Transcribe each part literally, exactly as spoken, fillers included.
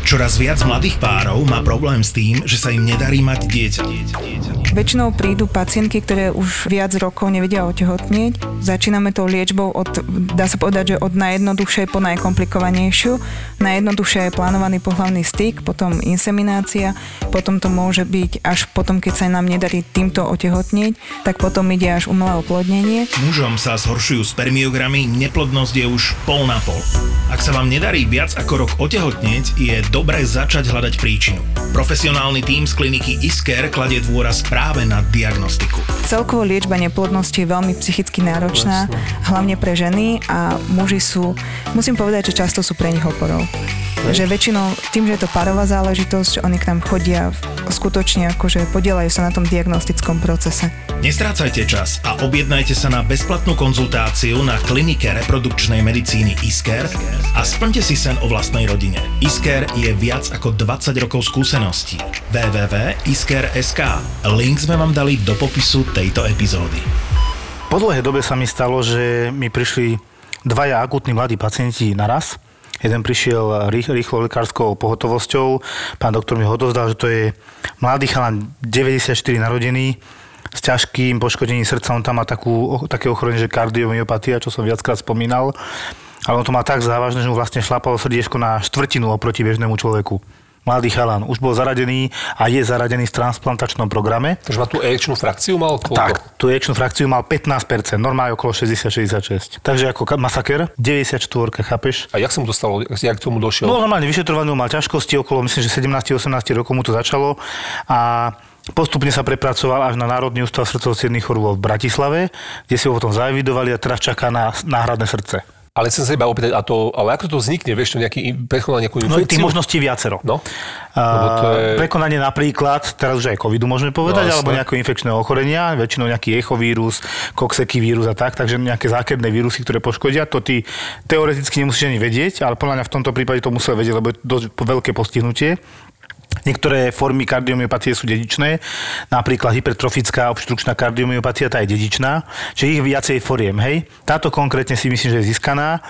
Čoraz viac mladých párov má problém s tým, že sa im nedarí mať dieťa. Väčšinou prídu pacientky, ktoré už viac rokov nevedia otehotnieť. Začíname tou liečbou od, dá sa povedať, že od najjednoduchšej po najkomplikovanejšiu. Najjednoduchšia je plánovaný pohlavný styk, potom inseminácia, potom to môže byť až potom, keď sa nám nedarí týmto otehotnieť, tak potom ide až umelé oplodnenie. Mužom sa zhoršujú spermiogramy, neplodnosť je už pol na pol. Ak sa vám nedarí viac ako rok otehotnieť, je dobré začať hľadať príčinu. Profesionálny tím z kliniky Isker kladie dôraz práve na diagnostiku. Celkovo liečba neplodnosti je veľmi psychicky náročná, hlavne pre ženy, a muži sú, musím povedať, že často sú pre nich oporou. Že väčšinou tým, že je to párová záležitosť, oni k nám chodia skutočne akože podielajú sa na tom diagnostickom procese. Nestrácajte čas a objednajte sa na bezplatnú konzultáciu na klinike reprodukčnej medicíny Isker a splňte si sen o vlastnej rodine. Isker je viac ako dvadsať rokov skúseností. w w w bodka isker bodka es ká. Link sme vám dali do popisu tejto epizódy. Po dlhej dobe sa mi stalo, že mi prišli dvaja akútni mladí pacienti naraz. Jeden prišiel rýchlo lekárskou pohotovosťou, pán doktor mi ho odovzdal, že to je mladý chalan deväťdesiatštyri narodený s ťažkým poškodením srdca. On tam má takú, také ochorenie, že kardiomyopatia, čo som viackrát spomínal, ale on to má tak závažné, že mu vlastne šlapalo srdiečko na štvrtinu oproti bežnému človeku. Mladý chalan, už bol zaradený a je zaradený v transplantačnom programe. Takže má tú ejekčnú frakciu mal koľko? Tak, tú ejekčnú frakciu mal pätnásť percent, normálne okolo šesťdesiat šesťdesiatšesť. Takže ako masaker, deväťdesiatštyri, chápeš? A jak sa mu to stalo, jak k tomu došiel? No normálne vyšetrovaný, mal ťažkosti, okolo myslím, že sedemnásť osemnásť rokov mu to začalo a postupne sa prepracoval až na Národný ústav srdcovo-cievnych chorôb v Bratislave, kde si ho potom zaevidovali a teraz čaká na náhradné srdce. Ale chcem sa iba opýtať, a to, ale ako to vznikne, vieš, to nejaký prekonanie nejakú infekciu? No tých možností viacero. No. Uh, to je... Prekonanie napríklad, teraz už aj covidu môžeme povedať, no, alebo nejaké infekčného ochorenia, väčšinou nejaký echovírus, kokseky vírus a tak, takže nejaké zákerné vírusy, ktoré poškodia, to ty teoreticky nemusíš ani vedieť, ale podľa mňa v tomto prípade to musel vedieť, lebo je dosť veľké postihnutie. Niektoré formy kardiomyopatie sú dedičné, napríklad hypertrofická obštrukčná kardiomyopatia, tá je dedičná, čiže ich viacej foriem, hej. Táto konkrétne si myslím, že je získaná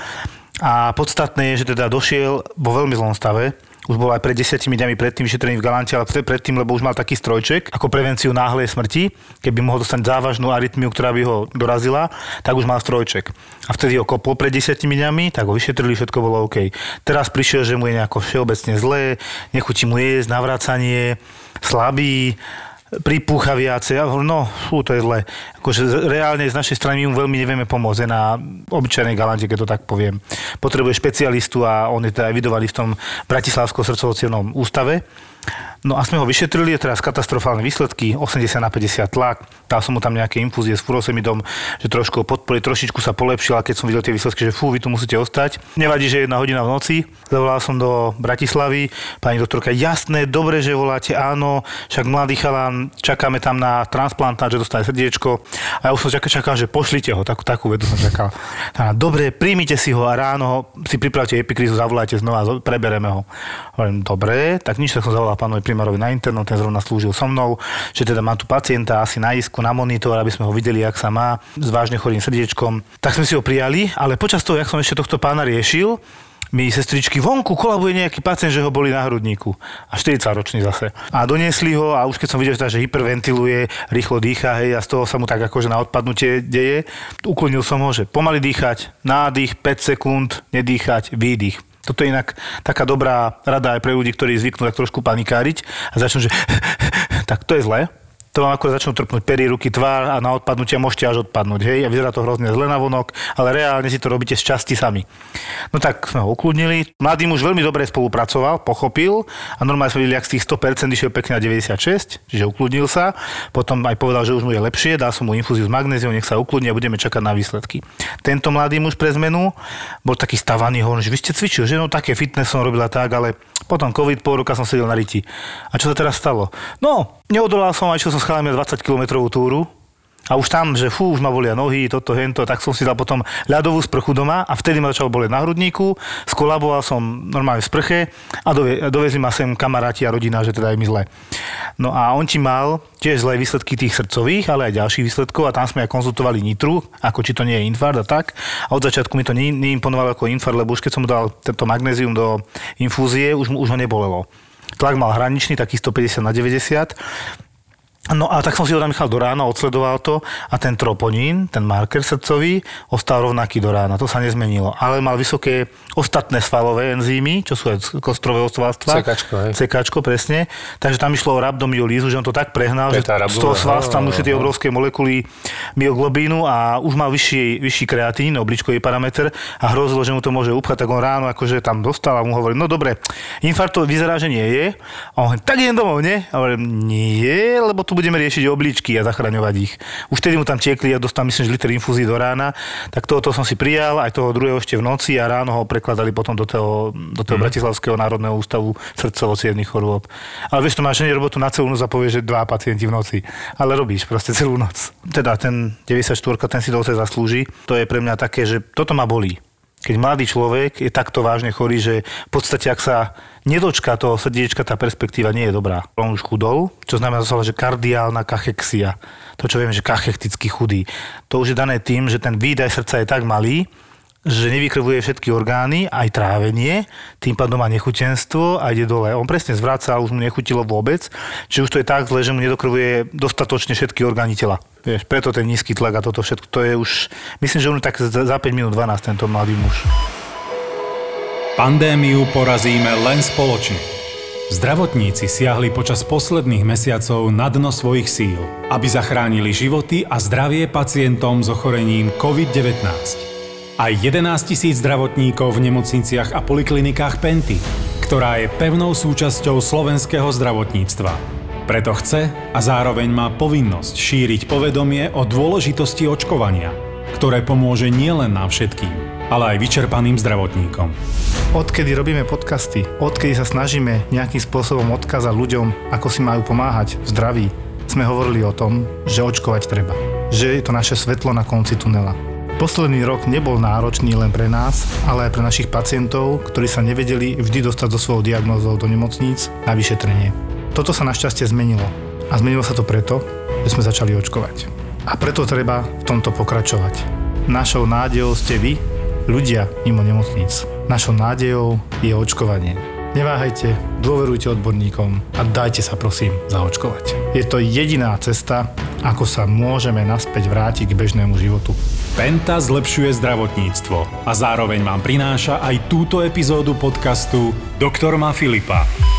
a podstatné je, že teda došiel vo veľmi zlom stave. Už bol aj pred desiatimi dňami predtým vyšetrený v Galante, ale predtým, lebo už mal taký strojček ako prevenciu náhlej smrti. Keby mohol dostať závažnú arytmiu, ktorá by ho dorazila, tak už mal strojček. A vtedy ho kopol pred desiatimi dňami, tak ho vyšetrili, všetko bolo OK. Teraz prišiel, že mu je nejako všeobecne zlé, nechutí mu jesť, navracanie, slabý, pripúcha viacej. Ja hovorím, no, fú, to je zle. Akože reálne z našej strany mu veľmi nevieme pomôcť na obyčajnej Galante, keď to tak poviem. Potrebuje špecialistu a on je teda evidovaný v tom Bratislavskom srdcovo-cievnom ústave. No a sme ho vyšetrili, je teraz katastrofálne výsledky, osemdesiat na päťdesiat tlak, dal som mu tam nejaké infúzie s furosemidom, že trošku podporil, trošičku sa polepšil, a keď som videl tie výsledky, že fú, vy tu musíte ostať. Nevadí, že je jedna hodina v noci, zavolal som do Bratislavy, pani doktorka, jasné, dobre, že voláte, áno, však mladý chalán, čakáme tam na transplantát, že dostane srdiečko, a ja už som čakal, čakal že pošlite ho, takú, takú vedu som čakal. Tá, dobre, príjmite si ho a ráno si pripravte epikrízu, zavolajte znova, prebereme ho. Hovorím, dobre, tak nič, tak som zavolal pánovi primárovi na internet, ten zrovna slúžil so mnou, že teda mám tu pacienta asi na isku, na monitor, aby sme ho videli, jak sa má, s vážne chorým srdiečkom. Tak sme si ho prijali, ale počas toho, jak som ešte tohto pána riešil, mi sestričky vonku kolabuje nejaký pacient, že ho boli na hrudníku. A štyridsaťročný zase. A doniesli ho a už keď som videl, že hyperventiluje, rýchlo dýcha, hej, a z toho sa mu tak akože na odpadnutie deje, uklonil som ho, že pomaly dýchať, nádych, päť sekúnd, nedýchať, výdych. Toto je inak taká dobrá rada aj pre ľudí, ktorí zvyknú tak trošku panikáriť a začnú, že tak to je zlé. To vám akorát začnú trpnúť pery, ruky, tvár a na odpadnutia môžete až odpadnúť, hej, a vyzerá to hrozne zle na vonok, ale reálne si to robíte z časti sami. No tak sme ho ukludnili. Mladý muž veľmi dobre spolupracoval, pochopil a normálne sme videli, jak z tých sto percent išiel pekne na deväťdesiatšesť, čiže ukludnil sa. Potom aj povedal, že už mu je lepšie, dal som mu infúziu s magnéziou, nech sa ukludní a budeme čakať na výsledky. Tento mladý muž pre zmenu bol taký stavaný, hovorím, že vy ste cvičil, že no také fitness som robila tak, ale potom covid, pol roka som sedel na riti. A čo sa teraz stalo? No, neodolal som a išiel som s chalami dvadsať kilometrovú túru. A už tam, že fú, už ma bolia nohy, toto, hento, tak som si dal potom ľadovú sprchu doma a vtedy ma začalo boleť na hrudníku, skolaboval som normálne v sprche a dove, dovezli ma sem kamaráti a rodina, že teda je mi zle. No a on ti mal tiež zlé výsledky tých srdcových, ale aj ďalších výsledkov a tam sme aj konzultovali nitru, ako či to nie je infarkt a tak. A od začiatku mi to neimponovalo ako infarkt, lebo už keď som mu dal tento magnézium do infúzie, už, už ho nebolelo. Tlak mal hraničný, taký stopäťdesiat na deväťdesiat. No a tak som si ho tam nechal do rána, odsledoval to a ten troponín, ten marker srdcový, ostal rovnaký do rána, to sa nezmenilo. Ale mal vysoké ostatné svalové enzymy, čo sú aj kostrového svalstva. Cekačko, hej. Cekačko, presne. Takže tam išlo o rabdomyolízu, že on to tak prehnal, že z toho svalstva tam ušli tie obrovské molekuly myoglobínu a už mal vyšší, vyšší kreatín, obličkový parameter a hrozilo, že mu to môže upchať, tak on ráno akože tam dostal a mu hovorí, no dobre, infarkt to vyzerá, že nie je. A on hovorí, tak idem domov, nie? A hovorím, nie, lebo tu budeme riešiť obličky a zachraňovať ich. Už vtedy mu tam tiekli a dostal myslím, že liter infúzií do rána, tak toho som si prijal, aj toho druhého ešte v noci a ráno ho prekladali potom do toho, do toho mm. Bratislavského národného ústavu srdcovo-cievnych chorôb. Ale vieš, to máš nie robotu na celú noc a povieš, že dva pacienti v noci. Ale robíš proste celú noc. Teda ten deväťdesiatštyri, ten si to zaslúži. To je pre mňa také, že toto ma bolí. Keď mladý človek je takto vážne chorý, že v podstate, ak sa nedočká toho srdiečka, tá perspektíva nie je dobrá. On už chudol, čo znamená doslova, že kardiálna kachexia. To, čo vieme, že kachekticky chudý. To už je dané tým, že ten výdaj srdca je tak malý, že nevykrvuje všetky orgány, aj trávenie, tým pádom má nechutenstvo a ide dole. On presne zvraca a už mu nechutilo vôbec, čiže už to je tak zle, že mu nedokrvuje dostatočne všetky orgány tela. Vieš, preto ten nízky tlak a toto všetko, to je už, myslím, že on tak za päť minút dvanásť tento mladý muž. Pandémiu porazíme len spoločne. Zdravotníci siahli počas posledných mesiacov na dno svojich síl, aby zachránili životy a zdravie pacientom s ochorením covid devätnásť. Aj jedenásť tisíc zdravotníkov v nemocniciach a poliklinikách Penty, ktorá je pevnou súčasťou slovenského zdravotníctva. Preto chce a zároveň má povinnosť šíriť povedomie o dôležitosti očkovania, ktoré pomôže nielen nám všetkým, ale aj vyčerpaným zdravotníkom. Odkedy robíme podcasty, odkedy sa snažíme nejakým spôsobom odkázať ľuďom, ako si majú pomáhať v zdraví, sme hovorili o tom, že očkovať treba. Že je to naše svetlo na konci tunela. Posledný rok nebol náročný len pre nás, ale aj pre našich pacientov, ktorí sa nevedeli vždy dostať so svojou diagnózou do nemocníc na vyšetrenie. Toto sa našťastie zmenilo. A zmenilo sa to preto, že sme začali očkovať. A preto treba v tomto pokračovať. Našou nádejou ste vy, ľudia mimo nemocníc. Našou nádejou je očkovanie. Neváhajte, dôverujte odborníkom a dajte sa prosím zaočkovať. Je to jediná cesta, ako sa môžeme naspäť vrátiť k bežnému životu. Penta zlepšuje zdravotníctvo a zároveň vám prináša aj túto epizódu podcastu Doktor má Filipa.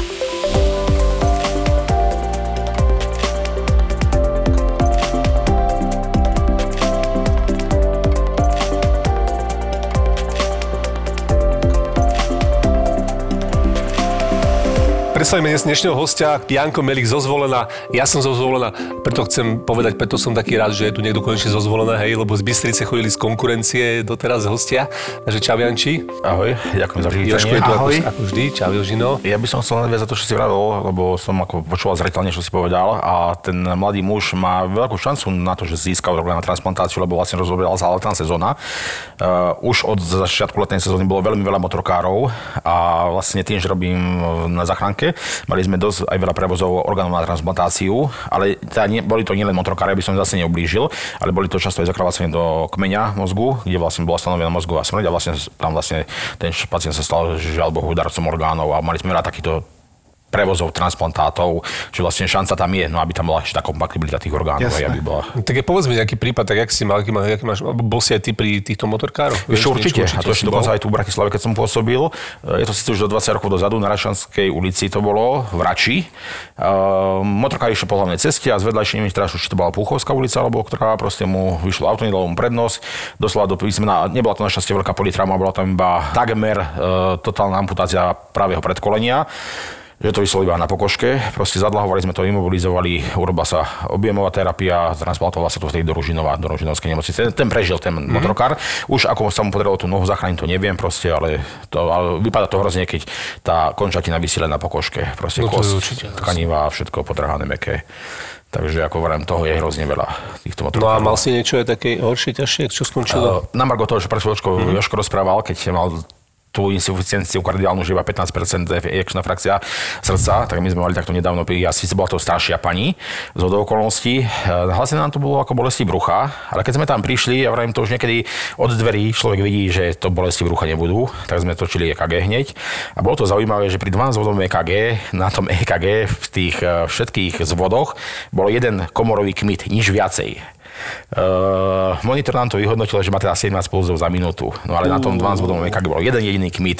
Predstavíme dnes dnešného hostia, Janko Melich zo Zvolena. Ja som zo Zvolena, preto chcem povedať, preto som taký rád, že je tu niekto konečne zo Zvolena, hej, lebo z Bystrice chodili z konkurencie doteraz hostia. Takže čau Janči. Ahoj, ďakujem za privítanie. Jožko je tu ako, ako vždy, čau Jožino. Ja by som chcel nadviazať za to, čo si vravil, lebo som ako počúval zreteľne, čo si povedal a ten mladý muž má veľkú šancu na to, že získal orgán na transplantáciu, lebo vlastne rozoberala sa letná sezóna. Uh, už od začiatku letnej sezóny bolo veľmi veľa motorkárov a vlastne tým, že robím na záchranke, mali sme dosť aj veľa prevozov orgánov na transplantáciu, ale teda nie, boli to nielen motorkári, aby som zase neublížil, ale boli to často aj zakrvácanie do kmeňa mozgu, kde vlastne bola stanovená mozgová smrť a vlastne tam vlastne ten pacient sa stal, žiaľ Bohu, darcom orgánov a mali sme veľa takýchto prevozov, transplantátov, že vlastne šanca tam je, no aby tam bola ešte tá kompatibilita tých orgánov. Aj aby bola. Tak je povedzme nejaký prípad, tak jak si mal, aký, má, aký máš, bol si aj ty pri týchto motorkároch? Vieš, určite, určite, a to ešte dokonca aj tu v Bratislave, keď som pôsobil. Je to síce už do dvadsať rokov dozadu, na Rašanskej ulici to bolo, v Rači. Uh, motorkár išiel po hlavnej ceste a z vedľajšej, neviem teraz, či to bola Púchovská ulica, alebo ktorá proste mu vyšlo auto, nedalo mu prednosť, doslova do písmena, nebola to našťastie veľká politrauma, bola tam iba takmer uh, totálna amputácia pravého predkolenia. Že to vyslo iba na pokožke, proste zadlahovali sme to, imobilizovali, urobila sa objemová terapia, transplantovala sa to vtedy do Ružinova, do Ružinovskej nemocnice. Ten, ten prežil, ten mm-hmm. motorkár. Už ako sa mu podarilo tú nohu zachrániť, to neviem proste, ale, to, ale vypadá to hrozne, keď tá končatina vysí len na pokožke. Proste no kosť, tkaniva, všetko potrhané, mäkké. Takže ako hovorím, toho je hrozne veľa týchto motorov. No a mal si niečo aj také horšie, ťažšie, čo skončilo? Uh, na margo toho, čo pred chvíľočkou mm-hmm. Jožko rozprával, keď mal tú insuficienciu kardiálnu, že iba pätnásť percent ejekčná frakcia srdca, tak my sme mali takto nedávno pri asi bola to staršia pani z hodou okolností. Hlasne nám to bolo ako bolesti brucha, ale keď sme tam prišli, ja vravím, to už niekedy od dverí človek vidí, že to bolesti brucha nebudú, tak sme točili é ká gé hneď. A bolo to zaujímavé, že pri dvanásťvodovom é ká gé, na tom é ká gé v tých všetkých zvodoch bol jeden komorový kmit, nič viacej. Uh, monitor nám to vyhodnotil, že má teda sedemnásť pulzov za minútu. No ale uh. na tom dvanásťvodovom é ká gé bol jeden jediný kmit.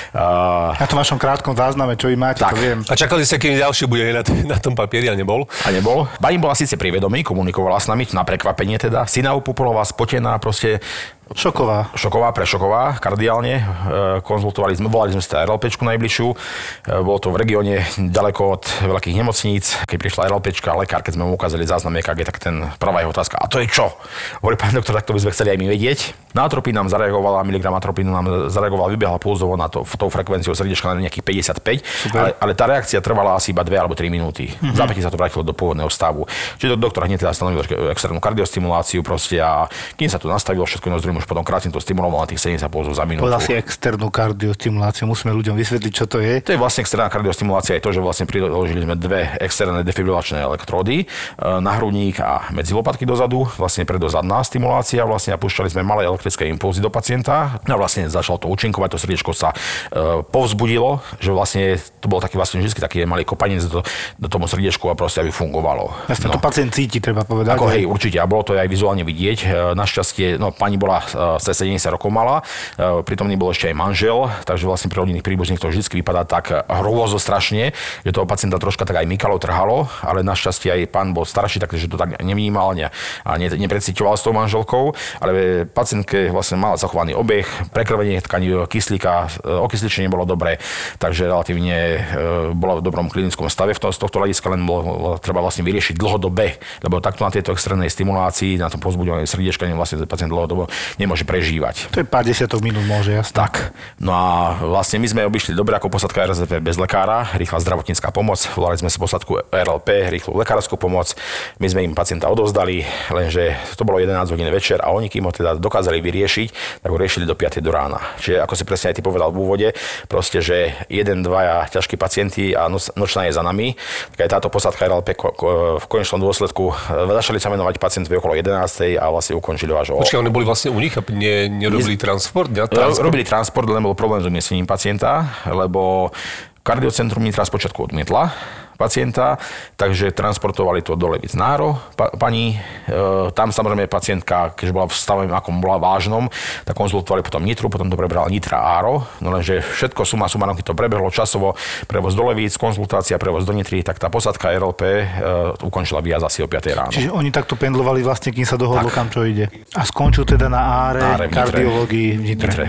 Uh, na tom vašom krátkom zázname, čo vy máte, tak. To viem. A čakali ste, kým ďalší bude na, t- na tom papieri a nebol? A nebol. Pani bola síce pri vedomí, komunikovala s nami, na prekvapenie teda. Sina upopolová, spotená, proste Šoková. Šoková, prešoková, kardiálne. Konzultovali sme, volali sme si er el péčku najbližšiu. Bolo to v regióne ďaleko od veľkých nemocníc. Keď prišla er el péčka, lekár, keď sme mu ukázali záznam é ká gé, tak ten prvá jeho otázka, a to je čo? Hovorí pán doktor, tak to by sme chceli aj my vedieť. Na atropín nám zareagovala, miligram atropínu nám zareagovala, vybiehla pulzovo na to, tou frekvenciou srdiečka na nejakých päťdesiatpäť, ale, ale tá reakcia trvala asi iba dve alebo tri minúty. Mm-hmm. Zápäť sa to vrátilo do pôvodného stavu. Čiže doktor hneď teda stanovil externú kardiostimuláciu proste a kým sa to nastavilo, všetko inozdrojím už potom krátne to stimuloval na tých sedemdesiat pulzov za minútu. Povedal si externú kardiostimuláciu, musíme ľuďom vysvetliť, čo to je. To je vlastne externá kardiostimulácia, je to, že vlastne priložili sme dve externé defibrilačné elektródy na hrudník a medzi lopatky dozadu, vlastne predozadná stimulácia, vlastne a púšťali sme malé elektrické impulzy do pacienta. No vlastne začalo to účinkovať, to srdiečko sa e, povzbudilo, že vlastne to bol taký vlastne vždy taký malý kopanec do, do tomu srdiečku a proste aby fungovalo. Jasne, no. To pacient cíti, treba povedať. Ako hej, určite, a bolo to aj vizuálne vidieť. Našťastie, no pani bola cez sedemdesiat rokov mala, pritom nebol ešte aj manžel, takže vlastne pre rodinných príbuzných to vždy vypadá tak hrôzo strašne, že toho pacienta troška tak aj mykalo, trhalo, ale našťastie aj pán bol starší, takže to tak nevnímal a neprecíťoval s tou manželkou, ale pacientke vlastne mal zachovaný obeh, prekrvenie tkaní kyslíka, okysličenie bolo dobré, takže relatívne bola v dobrom klinickom stave z tohto hľadiska, len bolo treba vlastne vyriešiť dlhodobé, lebo takto na tejto extrémnej stimulácii, na tom povzbudovaní srdiečka vlastne pacient dlhodobo nemôže prežívať. To je pár desiatok minút môže, jasné. Tak. No a vlastne my sme obišli dobre ako posádka er zet pé bez lekára, rýchla zdravotnícka pomoc, volali sme si posádku er el pé, rýchlu lekárskú pomoc. My sme im pacienta odovzdali, lenže to bolo jedenásť hodín večer a oni kým ho teda dokázali vyriešiť, tak ho riešili do piatej do rána. Čiže ako si presne aj ty povedal v úvode, proste, že jeden, dvaja ťažkí pacienti a noc, nočná je za nami. Tak aj táto posádka er el pé ko, ko, v konečnom dôsledku začali sa venovať pacientovi okolo jedenástej a vlastne ukončili až o... Počkaj, oni boli vlastne u nich a ne, nerobili transport? Ja, transport? Robili transport, len bol problém s umiestnením pacienta, lebo kardiocentrum Nitra spočiatku odmietla pacienta, takže transportovali to do Levic Náro pa, pani. E, tam samozrejme pacientka, keďže bola v stave, akom bola vážnom, tak konzultovali potom Nitru, potom to prebral Nitra Áro, no lenže všetko suma sumarom, keď to prebehlo časovo, prevoz do Levíc, konzultácia, prevoz do Nitry, tak tá posádka er el pé e, ukončila výjazd asi o piatej ráno. Čiže oni takto pendlovali vlastne, kým sa dohodlo, kam čo ide. A skončil teda na Áre, Áre kardiológii v Nitre. Nitre.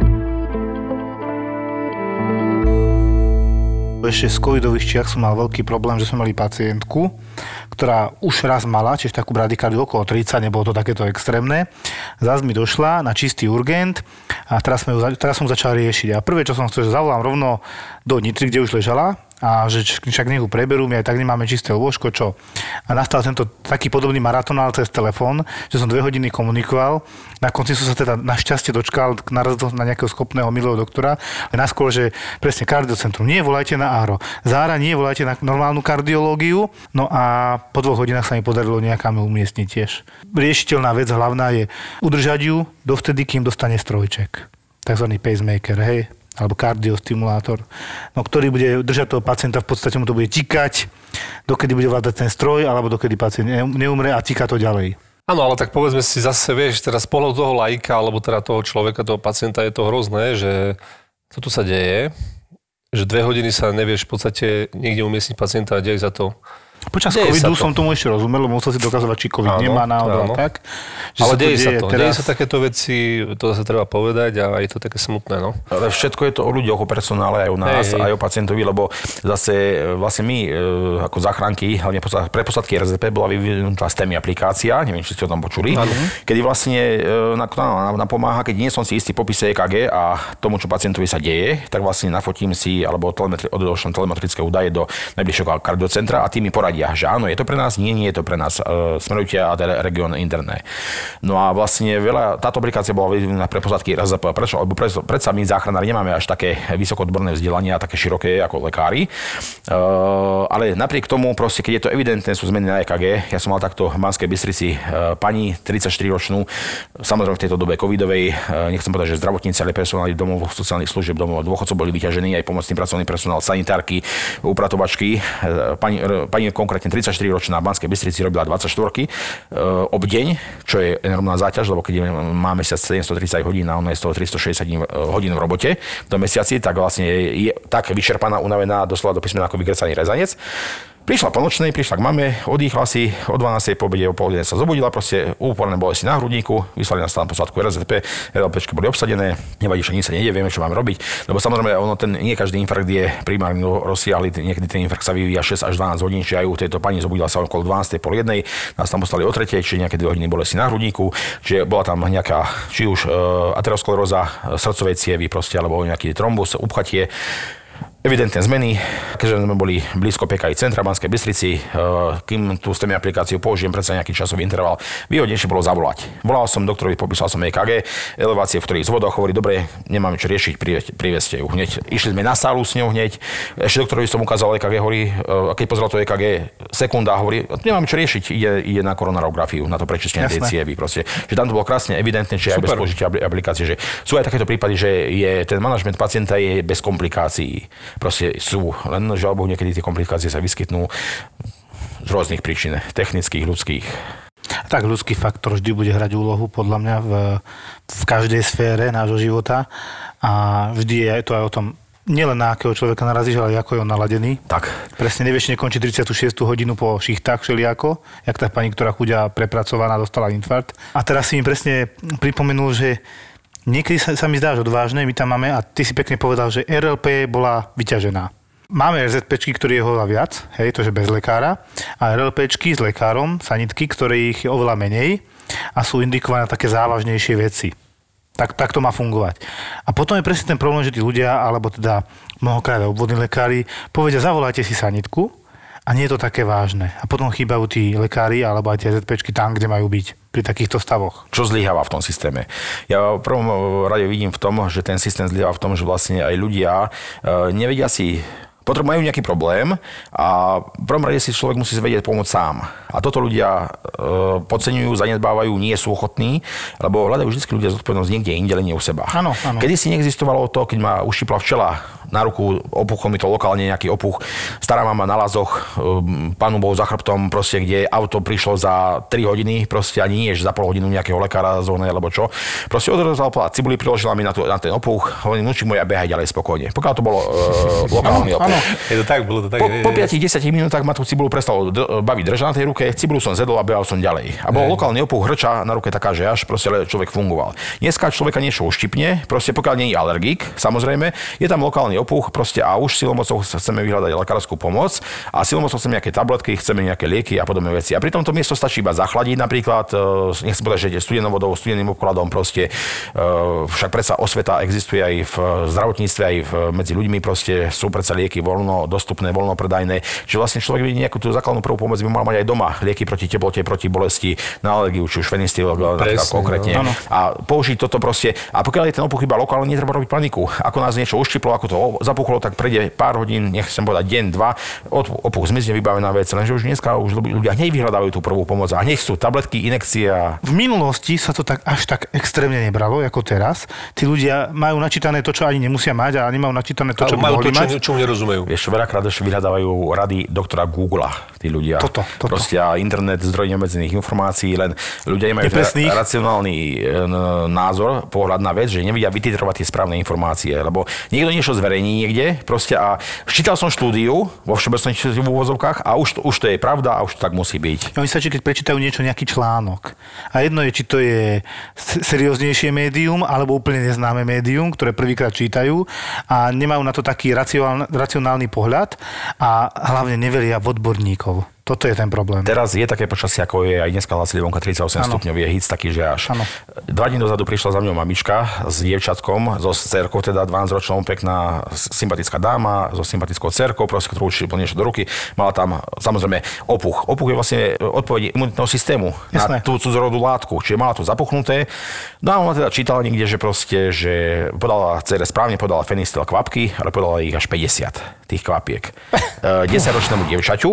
Ešte z covidových čiach som mal veľký problém, že sme mali pacientku, ktorá už raz mala, čiže takú bradykardiu okolo tridsať, nebolo to takéto extrémne. Zás mi došla na čistý urgent a teraz, sme ju, teraz som začal riešiť. A prvé, čo som chcel, že zavolám rovno do Nitry, kde už ležala, a že však nech ju preberú, my aj tak nemáme čisté lôžko, čo. A nastal tento taký podobný maratón, ale cez telefón, že som dve hodiny komunikoval. Na konci som sa teda našťastie dočkal narazil na nejakého schopného milého doktora, ale naskôr, že presne kardiocentrum, nie volajte na Áro. Zára, nie volajte na normálnu kardiológiu. No a po dvoch hodinách sa mi podarilo nejakáme umiestniť tiež. Riešiteľná vec hlavná je udržať ju dovtedy, kým dostane strojček. Takzvaný pacemaker, hej, alebo kardiostimulátor, no, ktorý bude držať toho pacienta, v podstate mu to bude tikať, dokedy bude vládať ten stroj, alebo dokedy pacient neumre a tiká to ďalej. Áno, ale tak povedzme si zase, vieš, teraz z pohľadu toho laika, alebo teda toho človeka, toho pacienta je to hrozné, že čo tu sa deje, že dve hodiny sa nevieš v podstate niekde umiestniť pacienta a deje za to. Počas deje covidu to. Som tomu ešte rozumel, lebo musel si dokazovať, či covid áno, nemá náhodou tak. Že ale deje sa to, teraz... deje sa takéto veci, to sa treba povedať a je to také smutné, no. Ale všetko je to o ľuďoch, o personále, aj o nás, hey, aj o pacientovi, lebo zase vlastne my ako záchranky, hlavne pre posádky er zet pé bola vyvinutá STEMI aplikácia, neviem, či ste o tom počuli, ano. Kedy vlastne napomáha, keď nie som si istý popise é ká gé a tomu, čo pacientovi sa deje, tak vlastne nafotím si alebo telemetri, odošlem telemetrické údaje do najbližšieho kardiocentra a tým mi poradí poradia, že áno, je to pre nás, nie, nie je to pre nás. Uh, smerujte a región interné. No a vlastne veľa, táto aplikácia bola vyvinutá pre posádky er zet pé. Prečo? Lebo predsa my záchranári nemáme až také vysokoodborné vzdelania, také široké ako lekári. Uh, ale napriek tomu, proste, keď je to evidentné, sú zmeny na é ká gé. Ja som mal takto v Banskej Bystrici uh, pani tridsaťštyriročnú, samozrejme v tejto dobe covidovej, uh, nechcem povedať, že zdravotníci, ale personáli domov sociálnych služieb, domov dôchodcov boli vyťažení, aj pomocný pracovný personál, sanitárky, upratovačky. Pani, pani konkrétne tridsaťštyriročná v Banskej Bystrici robila dvadsaťštyri obdeň, čo je enormná záťaž, lebo keď má mesiac sedemstotridsať hodín a ono je z toho tristošesťdesiat hodín v robote do mesiaci, tak vlastne je, je tak vyčerpaná, unavená, doslova do písmena ako vygrecaný rezanec. Prišla po nočnej, prišla k mame, odýchla si, o dvanástej po obede, o pol jednej sa zobudila, proste úporné bolesti na hrudníku, vyslali nás tam posádku er zet pé, er el péčky boli obsadené, nevadí, že nič sa nejde, vieme, čo máme robiť, lebo samozrejme ono ten, nie každý infarkt je primárne rozsiahly, niekedy ten infarkt sa vyvíja šesť až dvanásť hodín, čiže aj u tejto pani zobudila sa okolo dvanástej, pol jednej, nás tam poslali o tretej, čiže nejaké dve hodiny bolesti na hrudníku, čiže bola tam nejaká, či už uh, ateroskleróza srdcovej cievy, proste, alebo nejaký trombus, upchatie. Evidentné zmeny, keďže sme boli blízko pé ká í centra Banskej Bystrici, kým tú STEMI aplikáciu použijem predsa nejaký časový interval, výhodnejšie bolo zavolať. Volal som doktorovi, popísal som é ká gé, elevácie, v ktorých zvodoch, hovorí, dobre, nemáme čo riešiť, priveste ju hneď. Išli sme na sálu s ňou hneď, ešte doktorovi som ukázal é ká gé, hovorí, keď pozeral to é ká gé, sekunda, hovorí, nemáme čo riešiť, ide, ide na koronarografiu, na to prečistenie tej cievy, proste. Že tam to bolo krásne evidentné, že aj bez použitia aplikácie, že sú aj takéto prípady, že je ten manažment pacienta je bez komplikácií. Proste sú, len žiaľ Bohu, niekedy tie komplikácie sa vyskytnú z rôznych príčin, technických, ľudských. Tak ľudský faktor vždy bude hrať úlohu, podľa mňa, v, v každej sfére nášho života a vždy je to aj o tom, nielen na akého človeka narazíš, ale ako je on naladený. Tak. Presne nevieš, nekončí tridsiatu šiestú hodinu po šichtách všelijako, jak tá pani, ktorá chudia prepracovaná, dostala infarkt. A teraz si mi presne pripomenul, že niekedy sa, sa mi zdá, že odvážne, my tam máme, a ty si pekne povedal, že er el pé bola vyťažená. Máme er zet péčky, ktoré je oveľa viac, hej, to je bez lekára, a er el péčky s lekárom, sanitky, ktoré ich je oveľa menej a sú indikované také závažnejšie veci. Tak, tak to má fungovať. A potom je presne ten problém, že tí ľudia, alebo teda mnohokrát obvodní lekári, povedia, zavolajte si sanitku a nie je to také vážne. A potom chýbajú tí lekári alebo aj tie er zet péčky tam, kde majú byť pri takýchto stavoch. Čo zlyháva v tom systéme? Ja v prvom rade vidím v tom, že ten systém zlyháva v tom, že vlastne aj ľudia e, nevedia si, potrebujú majú nejaký problém a v prvom rade si človek musí vedieť pomôcť sám. A toto ľudia e, podceňujú, zanedbávajú, nie sú ochotní, lebo hľadajú vždy ľudia zodpovednosť niekde inde, len nie u seba. Áno, áno. Kedy si neexistovalo to, keď ma uštípla včela na ruku, opuchol mi to lokálne nejaký opuch. Stará mama na Lazoch, Pánu Bohu za chrbtom, proste, kde auto prišlo za tri hodiny, proste ani nie, že za pol hodinu nejakého lekára zóne, alebo čo. Proste odrezal a cibuli priložila mi na, to, na ten opuch, hovorím, nučí moja behaj ďalej spokojne. Pokiaľ to bolo uh, lokálny opuch. Je to tak, bolo to tak. Po, po päť až desať minútach ma tú cibulu prestalo d- baviť držať na tej ruke, cibulu som zedol a behal som ďalej. A bol lokálny opuch, hrča na ruke taká, že až proste človek fungoval. Dneska človeka niečo uštipne, proste pokiaľ nie je alergik, samozrejme, je tam lokálny opuch, proste a už silomocou chceme vyhľadať lekárskú pomoc a silomocou chceme nejaké tabletky, chceme nejaké lieky a podobné veci. A pritom to miesto stačí iba zachladiť napríklad, nechcem povedať, že ide studenou vodou, studeným obkladom, proste však predsa osveta existuje aj v zdravotníctve, aj v, medzi ľuďmi, proste sú predsa lieky voľno dostupné, voľno predajné. Čiže vlastne človek by nejakú tú základnú prvú pomoc by mal mať aj doma. Lieky proti teplote, proti bolesti, na alergiu, či už fenistil konkrétne. No. A použiť toto proste. A pokiaľ je ten opuch iba lokálne, netreba robiť paniku. Ako nás niečo uštiplo, ako to zapuchlo, tak prejde pár hodín, nechcem povedať deň, dva, opuch zmizne, vybavená vec, lenže už dneska už ľudia hneď vyhľadávajú tú prvú pomoc a hneď sú tabletky, injekcia. V minulosti sa to tak až tak extrémne nebralo, ako teraz. Tí ľudia majú načítané to, čo ani nemusia mať a nemajú načítané to, čo by mohli mať. Čo nerozumejú. Vieš, veľakrát ešte vyhľadávajú rady doktora Googla, tí ľudia. Toto, toto. Proste a internet, zdroj neobmedzených informácií, len ľudia nemajú racionálny názor, pohľad na vec, že nevedia vytitrovať tie správne informácie, lebo niekto niečo zverejní niekde, proste a čítal som štúdiu vo všeobecných úvozovkách a už to, už to je pravda a už to tak musí byť. Oni stačí, keď prečítajú niečo, nejaký článok. A jedno je, či to je serióznejšie médium alebo úplne neznáme médium, ktoré prvýkrát čítajú a nemajú na to taký racionálny, racionálny pohľad a hlavne neveria v odborníkov. Toto je ten problém. Teraz je také počasie, ako je aj dneska hlasili vonka tridsaťosem stupňov, je hit taký, že až. Ano. Dva dní dozadu prišla za mňou mamička s dievčatkom, so dcerkou, teda dvanásťročnou, pekná, sympatická dáma, so sympatickou dcerkou, proste, ktorú určite plnejšie do ruky. Mala tam samozrejme opuch. Opuch je vlastne odpoveď imunitného systému. Jasné. Na tú cudzorodú látku. Čiže mala to zapuchnuté. No a ona teda čítala niekde, že proste, že podala dcere správne, podala fenistil kvapky, ale podala ich až päťdesiat tých kvapiek. desaťročnému dievčaťu.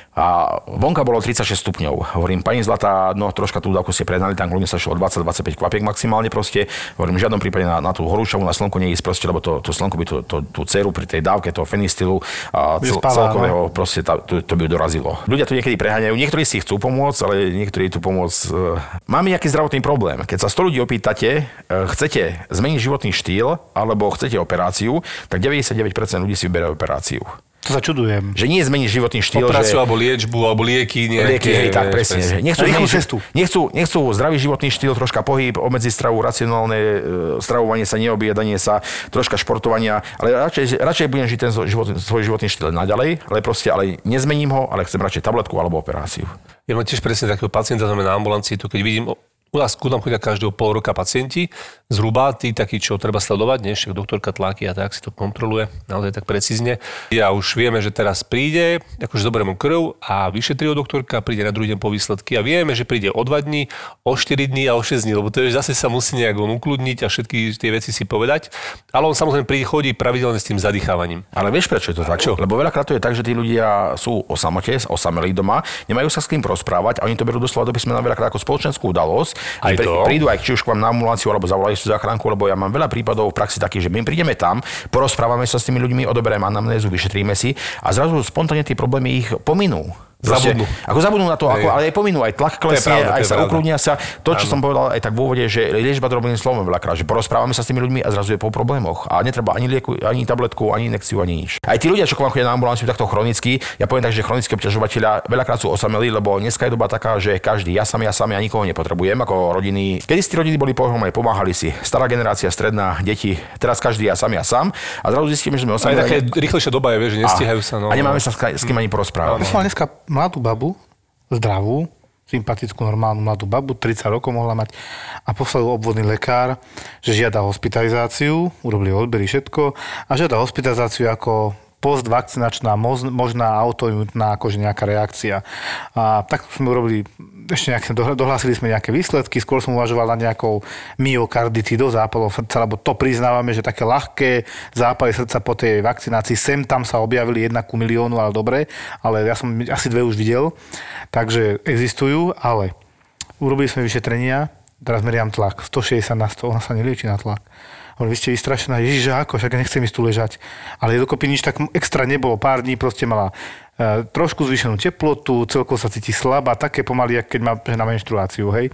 A vonka bolo tridsaťšesť stupňov. Hovorím, pani Zlatá, no troška tú dávku ste prednali, tam kľudne sa šlo dvadsať dvadsaťpäť kvapiek maximálne proste. Hovorím, v žiadnom prípade na, na tú horúčavú, na slnko neísť proste, lebo to, to slnko by to, to, tú dceru pri tej dávke toho fenistilu a cel, celkového no? proste tá, to, to by ju dorazilo. Ľudia to niekedy preháňajú, niektorí si chcú pomôcť, ale niektorí tu pomôcť. Uh, máme nejaký zdravotný problém. Keď sa sto ľudí opýtate, uh, chcete zmeniť životný štýl alebo chcete operáciu, tak deväťdesiatdeväť percent ľudí si vyberie operáciu. To sa čudujem. Že nie zmeniť životný štýl. Operáciu že... alebo liečbu, alebo lieky. Nejaké, lieky, hej, tak presne. Že nechcú, zmeniť, cestu. Nechcú, nechcú zdravý životný štýl, troška pohyb, obmedziť stravu, racionálne e, stravovanie sa, neobjedanie sa, troška športovania, ale radšej, radšej budem žiť ten život, svoj životný štýl naďalej, ale proste, ale nezmením ho, ale chcem radšej tabletku alebo operáciu. Ja mám tiež presne takého pacienta na ambulancii, to keď vidím, u nás ku nám chodia každého pol roka pacienti, zhruba tí takí, čo treba sledovať, nie? Však doktorka tlaky a tak si to kontroluje, naozaj tak precízne. Ja už vieme, že teraz príde, akože zoberieme krv a vyšetrí ho doktorka, príde na druhý deň po výsledky a vieme, že príde o dva dní, o štyri dní a o šesť dní, lebo to je zase sa musí nejak on ukludniť a všetky tie veci si povedať. Ale on samozrejme príde, chodí pravidelne s tým zadýchávaním. Ale vieš, prečo je to tak? Čo? Lebo veľakrát to je tak, že tí ľudia sú o samote, osamelí doma, nemajú sa s kým rozprávať a oni to berú doslova do písmena veľakrát ako spoločenskú udalosť. Aj to. Prídu aj či už k vám na ambuláciu alebo zavolajú si záchranku, lebo ja mám veľa prípadov v praxi takých, že my prídeme tam, porozprávame sa s tými ľuďmi, odoberieme anamnézu, vyšetríme si a zrazu spontánne tie problémy ich pominú. Proste, zabudnú. Ako zabudnú na to, ako, ale aj pominú, aj tlak klesne, aj sa ukludnia sa. To, čo som povedal aj tak v úvode, že liečba drobným slovom veľakrát, že porozprávame sa s tými ľuďmi a zrazu je po problémoch. A netreba ani lieku, ani tabletku, ani injekciu, ani nič. Aj tí ľudia, čo k vám chodia na ambulanciu takto chronicky, ja poviem tak, že chronickí obťažovatelia veľakrát sú osamelí, lebo dneska je doba taká, že každý, ja sám, ja sám, ja nikoho nepotrebujem ako rodiny. Kedy si tí rodiny boli pohromadne, pomáhali si. Stará generácia, stredná, deti, teraz každý ja sám, ja sám. A zrazu zistíme, že sme osamelí. Aj také rýchlejšia doba je, vieš, že nestíhajú sa. No, a nemáme sa s kým ani porozprávať. Ja som mal dneska mladú babu, zdravú, sympatickú, normálnu mladú babu, tridsať rokov mohla mať a poslal obvodný lekár, že žiada hospitalizáciu, urobili odbery všetko a žiada hospitalizáciu ako postvakcinačná, možná autoimunitná akože nejaká reakcia. A tak sme urobili, ešte nejaké, dohlásili sme nejaké výsledky, skôr som uvažoval na nejakou myokarditidou, zápalom srdca, lebo to priznávame, že také ľahké zápaly srdca po tej vakcinácii, sem tam sa objavili jedna ku miliónu, ale dobre, ale ja som asi dve už videl, takže existujú, ale urobili sme vyšetrenia, teraz meriam tlak, stošesťdesiat na sto, ona sa nelieči na tlak. Vy ste vystrašená, ježiš, ako, však ja nechcem ísť tu ležať. Ale dokopy nič tak extra nebolo, pár dní proste mala e, trošku zvýšenú teplotu, celkovo sa cíti slabá, také pomaly, keď má na menštruáciu, hej.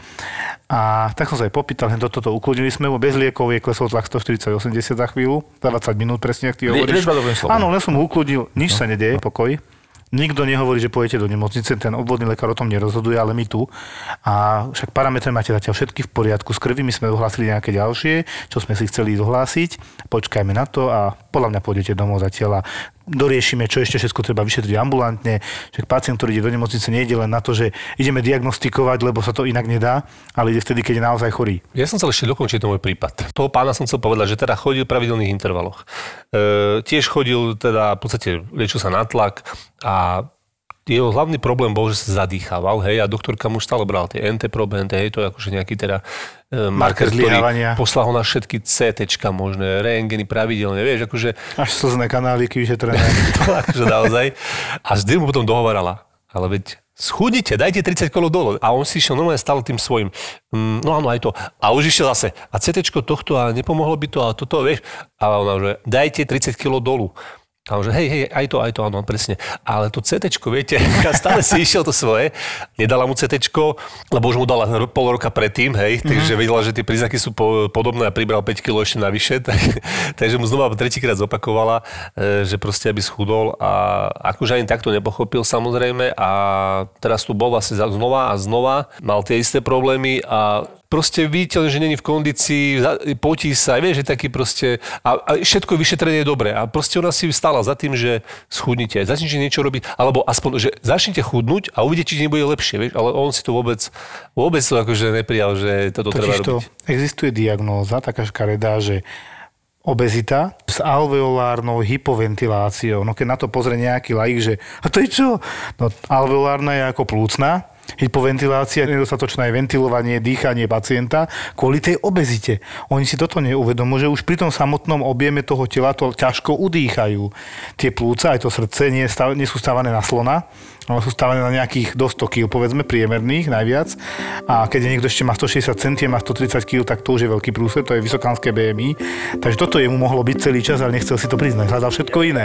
A tak som sa aj popýtal, do toto ukludnili sme ho, bez liekov je klesol tlak stoštyridsať osemdesiat za chvíľu, za dvadsať minút presne, ak ty hovoríš. Áno, len som ho ukludnil, nič no. sa nedeje, pokoj. Nikto nehovorí, že pôjdete do nemocnice, ten obvodný lekár o tom nerozhoduje, ale my tu. A však parametre máte zatiaľ všetky v poriadku. Z krvi my sme dohlásili nejaké ďalšie, čo sme si chceli dohlásiť. Počkajme na to a podľa mňa pôjdete domov zatiaľ a doriešime, čo ešte všetko treba vyšetriť ambulantne. Však pacient, ktorý ide do nemocnice, nejde len na to, že ideme diagnostikovať, lebo sa to inak nedá, ale ide vtedy, keď je naozaj chorý. Ja som chcel ešte dokončiť ten môj prípad. Toho pána som chcel povedať, že teda chodil v pravidelných intervaloch. E, tiež chodil, teda v podstate liečil sa na tlak a jeho hlavný problém bol, že sa zadýchával, hej, a doktorka mu stále bral tie enteprobenty, hej, to je akože nejaký teda e, marker, ktorý poslal ho na všetky cé téčka možné, rentgeny pravidelne, vieš, akože... Až slzné kanáliky vyšetrené. To akože naozaj. A vždy mu potom dohovarala, ale veď schudnite, dajte tridsať kilogramov dole. A on si išiel normálne stále tým svojím, mm, no áno, aj to. A už išiel zase, a cé téčko tohto, a nepomohlo by to, a toto, vieš. A ona že dajte tridsať kilogramov dolu. A on že hej, hej, aj to, aj to, áno, presne. Ale to cé téčko, viete, stále si išiel to svoje, nedala mu cé téčko, lebo už mu dala pol roka predtým, hej, takže mm-hmm. vedela, že tie príznaky sú po, podobné a pribral päť kilogramov ešte navyše, tak, takže mu znova tretíkrát zopakovala, že proste aby schudol a akože ani takto nepochopil samozrejme a teraz tu bol vlastne znova a znova, mal tie isté problémy a proste viditeľne, že není v kondícii, potí sa, vieš, že taký proste, a, a všetko vyšetrenie je dobré. A proste ona si stála za tým, že schudnite, začnite niečo robiť, alebo aspoň, že začnite chudnúť a uvidíte, či nebude lepšie, vieš, ale on si to vôbec, vôbec to akože neprijal, že toto treba robiť. To existuje diagnóza, taká škaredá, že obezita s alveolárnou hypoventiláciou. No keď na to pozrie nejaký laik, že a to je čo? No alveolárna je ako plúcna, hypoventilácia, nedostatočné ventilovanie, dýchanie pacienta kvôli tej obezite. Oni si toto neuvedomujú, že už pri tom samotnom objeme toho tela to ťažko udýchajú. Tie plúca, aj to srdce nie, stav, nie sú stávané na slona, ale sú stávané na nejakých do sto kíl, povedzme priemerných najviac. A keď niekto ešte má stošesťdesiat centimetrov, má stotridsať kíl, tak to už je veľký prúser, to je vysokánske bé em í. Takže toto jemu mohlo byť celý čas, ale nechcel si to priznať, hľadal všetko iné.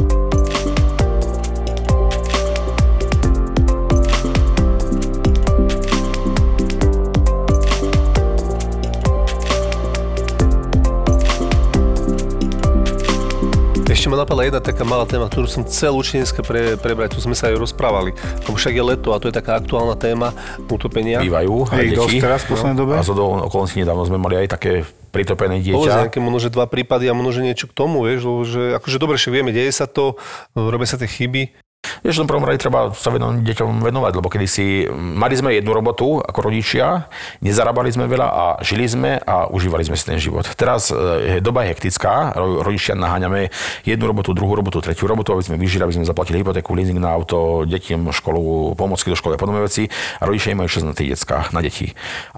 Ešte ma napadla jedna taká malá téma, ktorú som chcel určite dneska pre, prebrať, tu sme sa aj rozprávali. Lebo však je leto a to je taká aktuálna téma utopenia. Bývajú aj deti. Teraz v poslednej dobe. A zo do okolností nedávno sme mali aj také pritopené dieťa. Povedz nejaké možno, že dva prípady a možno, že niečo k tomu, vieš, lebo že akože dobre, že vieme, deje sa to, robia sa tie chyby. Vieš, v tom prvom rade treba sa venom, deťom venovať, lebo kedysi mali sme jednu robotu ako rodičia, nezarábali sme veľa a žili sme a užívali sme si ten život. Teraz je doba hektická, rodičia naháňame jednu robotu, druhú robotu, tretiu robotu, aby sme vyžili, aby sme zaplatili hypotéku, leasing na auto, detím školu, pomocky do školy a podobné veci a rodičia majú čas na tie decká, na deti.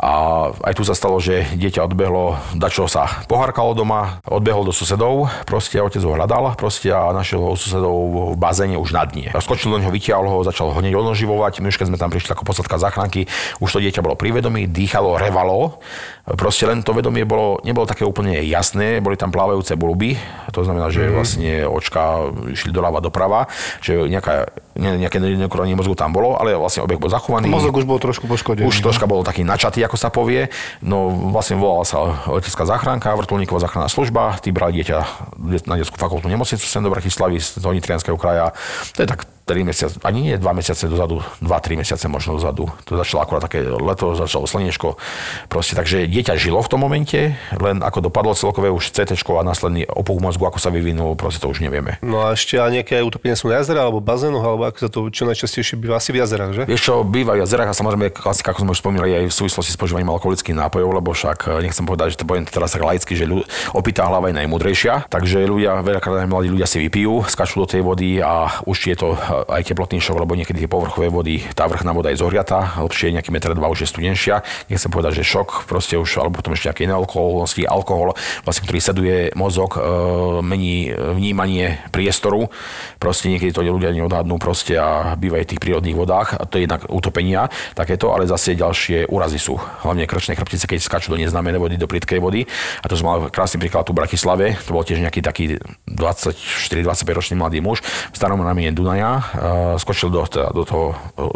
A aj tu sa stalo, že dieťa odbehlo, dačo sa pohárkalo doma, odbehol do susedov, proste otec ho hľadal, proste a našiel ho u susedov v bazéne už na dnie. Skočil do neho, vytiahol ho, začal ho hneď odnoživovať. My už keď sme tam prišli ako posádka záchranky, už to dieťa bolo pri vedomí, dýchalo, revalo. Proste len to vedomie bolo, nebolo také úplne jasné, boli tam plávajúce bulby. To znamená, že vlastne očka išli doľava doprava, že nejaká, nejaké nekrojenie mozgu tam bolo, ale vlastne objekt bol zachovaný. Mozog už bol trošku poškodený. Už troška bol taký načatý, ako sa povie. No vlastne volala sa letecká záchranka, vrtuľníková záchranná služba, tí brali dieťa na detskú fakultnú nemocnicu sem do Bratislavy z Nitrianskeho kraja. To je tak tri mesiace, ani nie dva mesiace dozadu, dva tri mesiace možno dozadu. To začalo akurát také leto, začalo slniečko. Proste, takže dieťa žilo v tom momente, len ako dopadlo celkové už cé téčko a následný opuch mozgu, ako sa vyvinul, proste to už nevieme. No a ešte a nejaké utopenia sú na jazera alebo bazénoch, alebo ako sa to čo najčastejšie býva asi v jazerách, že? Vieš čo, býva v jazerách a samozrejme klasika, ako sme už spomínali aj v súvislosti s požívaním alkoholických nápojov, lebo však nechcem povedať, že to poviem teraz tak laicky, že ľud, opitá hlava je najmúdrejšia. Takže ľudia, veľakrát aj mladí ľudia si vypijú, skačú do tej vody a už je to aj teplotný šok, lebo niekedy tie povrchové vody, tá vrchná voda je zohriatá, hlbšie nejaký meter dva už je studenšia. Nechcem povedať, že šok, proste už, alebo potom ešte nejaké iné okolnosti, alkohol, vlastne, ktorý sleduje mozog, e, mení vnímanie priestoru. Proste niekedy to ľudia neodhadnú proste a bývajú v tých prírodných vodách. A to je jednak utopenia takéto, ale zase ďalšie úrazy sú. Hlavne krčné chrbtice, keď skáču do neznámej vody, do plytkej vody. A to som mal krásny príklad tu v Bratislave. To bol tiež nejaký taký dvadsaťštyri dvadsaťpäť ročný mladý muž v starom ramene Dunaja. Skočil do, do toho,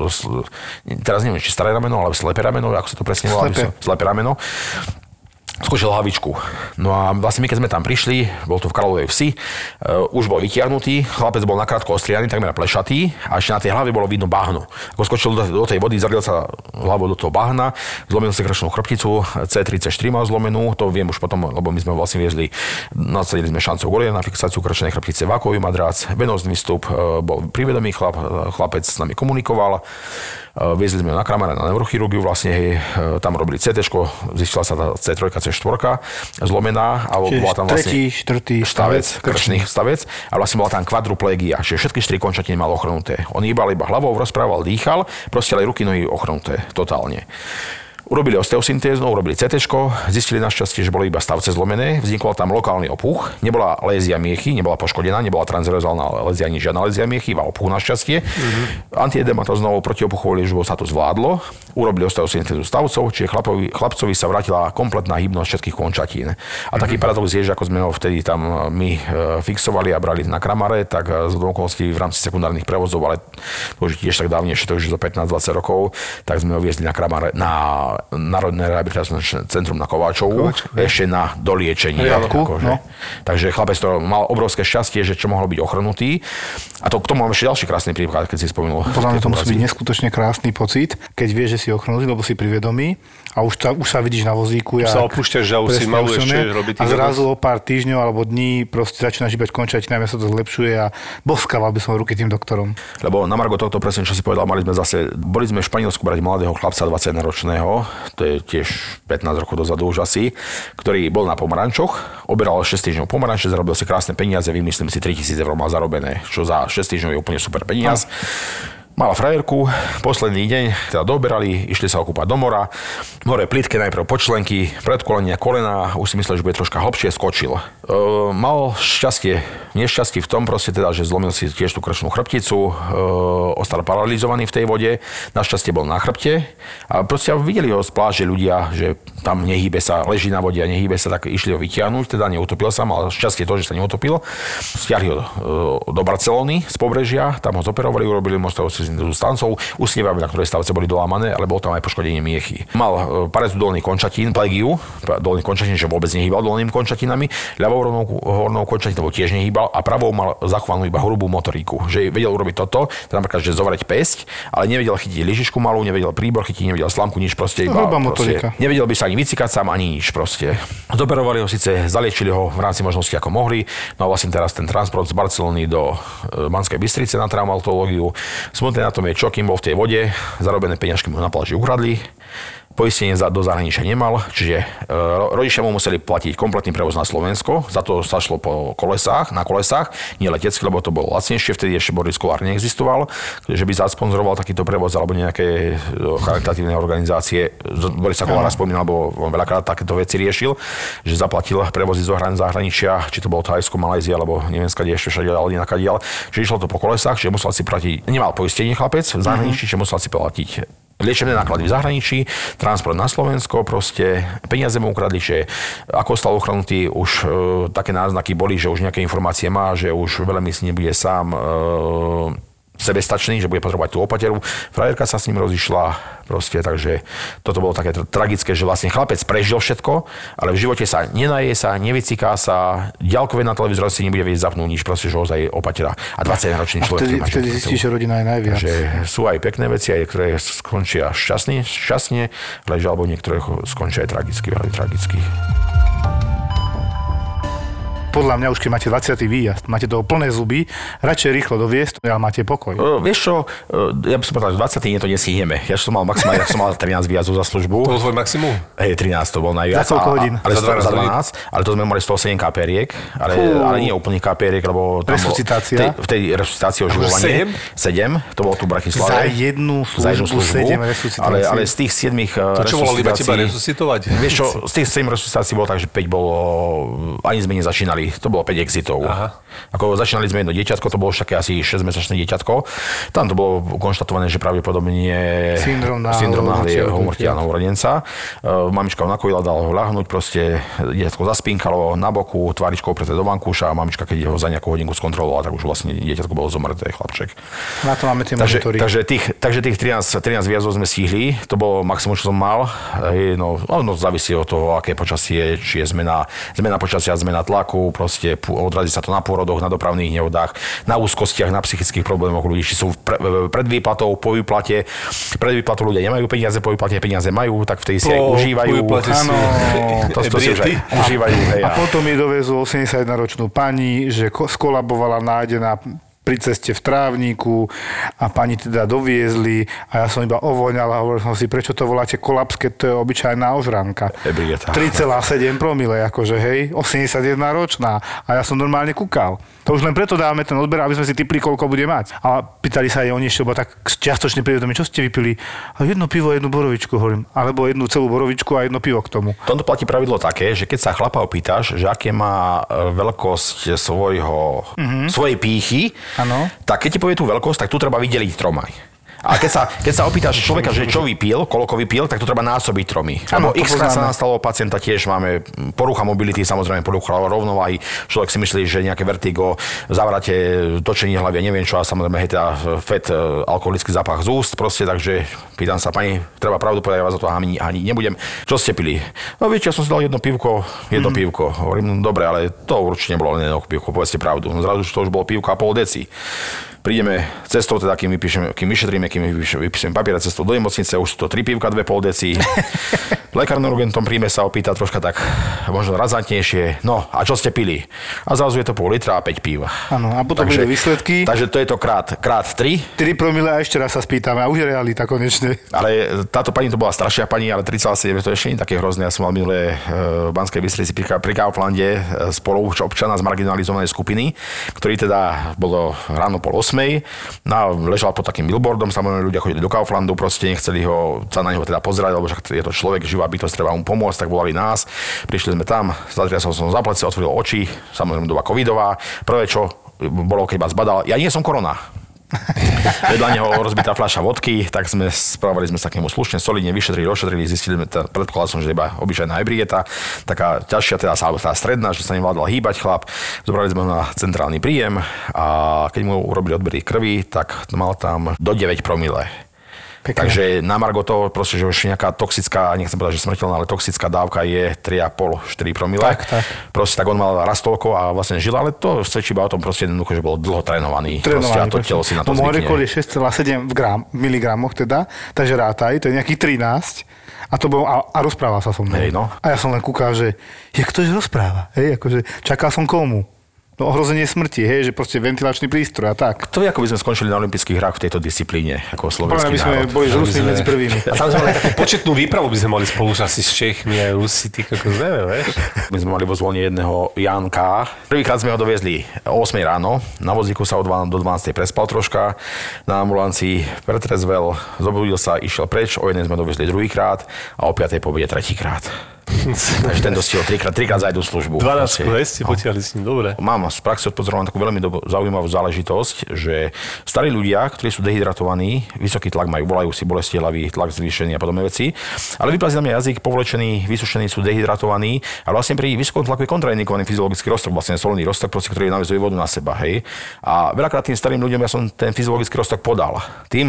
teraz neviem, či staré rameno, ale slepé rameno, ako sa to presne volá, slepé rameno. Skočil hlavičku. No a vlastne my, keď sme tam prišli, bol to v Karlovej Vsi, uh, už bol vytiahnutý, chlapec bol nakrátko ostrianý, takmer plešatý a ešte na tej hlave bolo vidno bahno. Ako skočil do, do tej vody, zaril sa hlavou do toho bahna, zlomil si krčnú chrbticu, cé tridsaťštyri mal zlomenú, to viem už potom, lebo my sme vlastne viezli, nasadili sme šancov gole na fixáciu krčnej chrbtice, vákový madrác, venózny vstup, uh, bol privedomý chlap, chlapec s nami komunikoval. Viezli sme ho na Kramare na neurochirurgiu, vlastne hej, tam robili cé téčko, zistila sa tá cé tri, cé štyri zlomená a bola tam vlastne tretí, štvrtý stavec, krčný stavec a vlastne bola tam kvadruplégia, čiže všetky štyri končatiny mal ochrnuté. On hýbal iba hlavou, rozprával, dýchal, proste ale ruky, nohy ochrnuté totálne. Urobili osteosyntézu, urobili cé téčko, zistili našťastie, že bolo iba stavce zlomené, vznikol tam lokálny opuch, nebola lézia miechy, nebola poškodená, nebola transverzálna lézia ani žiadna lézia miechy, iba opuch našťastie. Mm-hmm. Antiedematoznou protiopuchovou liečbou sa to zvládlo, urobili osteosyntézu stavcov, čiže chlapovi, chlapcovi sa vrátila kompletná hybnosť všetkých končatín. A mm-hmm. taký paradox je, že ako sme ho vtedy tam my fixovali a brali na Kramare, tak z okolností v rámci sekundárnych prevozov, ale to už tiež tak dávnejšie, to už zo pätnásť dvadsať rokov, tak sme ho viezli na Kramare na Národné rehabilitačné centrum na Kováčovu, Kováč, ešte na doliečenie. Akože. No. Takže chlapec to mal obrovské šťastie, že čo mohol byť ochrnutý. A to k tomu mám ešte ďalší krásny príklad, keď si spomenul. Podľa mňa to musí byť neskutočne krásny pocit, keď vieš, že si ochrnutý, lebo si pri vedomí a už, ta, už sa vidíš na vozíku. Už sa opúšťaš, že už si maluješ, čo robiť. A zrazu o pár týždňov alebo dní proste začínaš iba končatina, mňa sa to zlepšuje a boskával by som ruky tým doktorom. Lebo na margo tohto presne, čo si povedal, mali sme zase, boli sme v Španielsku brať mladého chlapca dvadsaťročného, to je tiež pätnásť rokov dozadu už asi, ktorý bol na pomarančoch, oberal šesť týždňov pomaranče, zarobil si krásne peniaze, vymyslím si tritisíc eur mal zarobené, čo za šesť týždňov je úplne super peniaz. Mala frajerku, posledný deň teda doberali, išli sa okúpať do mora, more plitke, najprv počlenky, predkolenia, kolena, už si myslel, že bude troška hlbšie, skočil. E, mal šťastie, nešťastie v tom proste teda, že zlomil si tiež tú krčnú chrbticu, e, ostal paralizovaný v tej vode, našťastie bol na chrbte a proste videli ho z pláže ľudia, že tam nehýbe sa, leží na vode a nehýbe sa, tak išli ho vytiahnuť, teda neutopil sa, mal šťastie to, že sa neutopil. Stiahli ho e, do Barcelony z pobrežia, tam ho zoperovali, urobili mostovú stancov, usnievami, na ktorej stavce boli dolámané, ale bolo tam aj poškodenie miechy. Mal parezu dolných končatín, plegiu, dolných končatín, že vôbec nehýbal dolnými končatinami, ľavou hornou, hornou končatinou tiež nehýbal a pravou mal zachovanú iba hrubú motoriku. Že vedel urobiť toto, teda napríklad, že zovrieť pesť, ale nevedel chytiť lyžičku malú, nevedel príbor chytiť, nevedel slamku, nič proste iba. Proste, nevedel by sa ani vycikať sám, ani nič proste. Zoperovali ho síce, zaliečili ho v rámci možnosti ako mohli, no a vlastne teraz ten transport z Barcelony do Banskej Bystrice na traumatológiu. Na tom je čo, kým bol v tej vode, zarobené peňažky mu na pláži ukradli, poistenie do zahraničia nemal, čiže e, rodičia mu museli platiť kompletný prevoz na Slovensko, za to sa šlo po kolesách, na kolesách, nie letecky, lebo to bolo lacnejšie, vtedy ešte Boris Kollár neexistoval, že by zasponzoroval takýto prevoz alebo nejaké charitatívne organizácie. Borisa Kollára spomínal, lebo on veľakrát takéto veci riešil, že zaplatil prevozy zo zahraničia, či to bolo Thajsko, Malajzia, alebo neviem skade ešte všade, ale inakadiaľ. Čiže išlo to po kolesách, že musel si platiť, nemal poistenie chlapec v zahraničí, mm-hmm. že musel si platiť liečebné náklady v zahraničí, transport na Slovensko, proste peniaze mu ukradli, že ako ostal ochrnutý, už e, také náznaky boli, že už nejaké informácie má, že už veľmi si nebude sám e, sebestačný, že bude potrebovať tú opateru. Frajerka sa s ním rozišla, proste, takže toto bolo také tragické, že vlastne chlapec prežil všetko, ale v živote sa nenaje sa, nevyciká sa, ďalkové na televízor si nebude vedieť zapnúť nič, proste, že ozaj opatera. A dvadsaťročný človek. A vtedy, vtedy zistíš, že rodina je najviac. Takže sú aj pekné veci, aj ktoré skončia šťastne, šťastne, ale alebo niektoré skončia aj tragicky, veľmi tragicky. Podľa mňa už keď máte dvadsiaty výjazd, máte toho plné zuby, radšej rýchlo doviesť, ale máte pokoj. Uh, vieš čo, uh, ja by som povedal, že dvadsiaty nie to nestihneme. Ja som mal maximálne, ja som mal trinásť výjazdov za službu. To bol tvoj maximum? Hej, trinásť to bol najviac. Za koľko hodín? Ale za dvanásť, ale to sme mali stosedem kapériek, ale, ale nie úplne kapériek, lebo tam resuscitácia. Bol, v tej resuscitácii oživovanie. sedem? To bolo tu v Bratislave. Za jednu službu, za jednu službu sedem resuscitácií. Ale, ale z tých siedmich resuscitácií. To čo bolo iba teba resuscitovať? Vieš čo, z tých sedem resuscitácií bolo tak, že päť bolo, ani sme nezačínali, to bolo päť exit. Aha. Ako začínali sme jedno dieťatko, to bolo už také asi šesťmesačné dieťatko. Tam to bolo konštatované, že pravdepodobne syndrom náhleho úmrtia novorodenca. Mamička ho nakojila, dala ho ľahnúť, proste dieťatko zaspinkalo na boku, tváričkou preté do vankúša a mamička, keď ho za nejakú hodinku skontrolovala, tak už vlastne dieťatko bolo zomrté, chlapček. Na to máme tie takže, monitory. Takže tých, takže tých trinásť, trinásť výjazdov sme stihli, to bolo maximum, čo som mal. No, no závisí od toho, aké počasie, či je zmena, zmena počasia, zmena tlaku, proste odrazí sa to na pôrodoch, na dopravných nehodách, na úzkostiach, na psychických problémoch ľudí, či sú pre, pred výplatou, po výplate. Pred výplatou ľudia nemajú peniaze, po výplate peniaze majú, tak vtedy si aj užívajú. Áno, to, to si už aj užívajú. Hej, a potom mi dovezú osemdesiatjednoročnú pani, že skolabovala nájdená pri ceste v trávniku a pani teda doviezli a ja som iba ovoňal a hovoril som si, prečo to voláte kolaps, keď to je obyčajná ožranka. tri celá sedem promile, akože hej, osemdesiatjednoročná a ja som normálne kúkal. To už len preto dávame ten odber, aby sme si tipli, koľko bude mať. A pýtali sa aj oni ešte, lebo tak čiastočne privedomí, čo ste vypili? A jedno pivo, jednu borovičku, hovorím. Alebo jednu celú borovičku a jedno pivo k tomu. V tomto platí pravidlo také, že keď sa chlapa opýtaš, že aké má veľkosť svojho, mm-hmm. svojej pýchy, ano. Tak keď ti povie tú veľkosť, tak tu treba vydeliť tromaj. A keď sa, keď sa opýtaš človeka, že čo vypil, koľko vypil, tak to treba násobiť tromi. Lebo x-krát sa nastalo pacienta tiež, máme porucha mobility, samozrejme porucha rovnováhy. Človek si myslí, že nejaké vertigo, zavrate, točenie hlavy, neviem čo, a samozrejme hej, teda fet, alkoholický zápach z úst, proste, takže pýtam sa, pani, treba pravdu povedať, ja vás o to ani, ani nebudem. Čo ste pili? No viete, ja som si dal jedno pivko, jedno mm. pivko. Hovorím, no, dobre, ale to určite nebolo len jedno pivko, povedzte pravdu. No, zrazu to už bolo pivko a pol deci. Prídeme cestou, teda, kým, vypíšeme, kým vyšetríme, kým vypíšeme papier cestou do nemocnice, už sú to tri pivka, dve pol deci. Lekár na urgentom príjme sa opýta troška tak možno razantnejšie, no a čo ste pili? A zrazu je to pol litra a päť pív. Áno, a potom takže, výsledky. Takže to je to krát, krát tri. tri promile a ešte raz sa spýtame a už je realita konečne. Ale táto pani to bola staršia pani, ale tri celá sedem, to ešte nie také hrozné. Ja som mal minulé v Banskej Bystrici pri, pri Kauflande spolu občana z marginalizovanej skupiny, ktorý teda bolo ráno pol osmej, no, ležal pod takým billboardom, samozrejme ľudia chodili do Kauflandu, proste nechceli ho, sa na neho teda pozerať, lebo však je to človek, živá bytosť, treba mu pomôcť, tak volali nás. Prišli sme tam, zatria som som za plece, otvoril oči, samozrejme doba covidová. Prvé čo bolo, keď ma zbadal, ja nie som korona. Vedľa neho rozbitá fľaša vodky, tak sme spravili sme sa k nemu slušne, solidne vyšetrili, rozšetrili, zistili sme, teda, predpokladal som, že iba obyčajná ebrieta, taká ťažšia, teda alebo tá stredná, že sa nevládal hýbať chlap. Zobrali sme ho na centrálny príjem a keď mu urobili odbery krvi, tak mal tam do deväť promile. Pekne. Takže na margo toho, proste, že už nejaká toxická, nechcem povedať, že smrteľná, ale toxická dávka je tri a pol až štyri promile. Tak, tak. Proste tak on mal raz toľko a vlastne žil, ale to svedčí iba o tom proste jednoducho, že bol dlho trénovaný. Trénovaný, proste, a to telo si na to zvykne. Môj rekord je šesť celá sedem v gram, miligramoch teda, takže rátaj, to je nejakých trinásť. A to bol, a, a rozprával sa so mnou. Hej, no. A ja som len kúkal, že je ktože rozpráva, hej, akože čakal som komu. No ohrozenie smrti, hej, že proste ventilačný prístroj a tak. To je, ako by sme skončili na olympijských hrách v tejto disciplíne, ako slovenský národ. By sme boli žrúsli medzi prvými. A tam sme mali takú početnú výpravu, by sme mali spolu asi s Čechmi a Rusi, ty ako známe, vieš? My sme mali vo zvolení jedného Janka. Prvýkrát sme ho doviezli o ôsmej ráno, na vozíku sa od do dvanástej prespal troška, na ambulancii pretrezvel, zobudil sa, išiel preč, o jeden sme doviezli druhýkrát a o piatej po obede tretíkrát. Takže ten dostihol trikrát, trikrát za jednu službu. dvanásť ste potiahli s ním, dobre. Mám z praxe odpozorovanú takú veľmi do, zaujímavú záležitosť, že starí ľudia, ktorí sú dehydratovaní, vysoký tlak majú, volajú si bolesti hlavy, tlak zvýšený a podobné veci, ale vyplazí na mňa jazyk, povlečený, vysušený, sú dehydratovaní a vlastne pri vysokom tlaku je kontraindikovaný fyziologický roztok, vlastne solný roztok, proste, ktorý naväzuje vodu na seba, hej. A veľakrát tým starým ľuďom ja som ten fyziologický roztok podal. Tým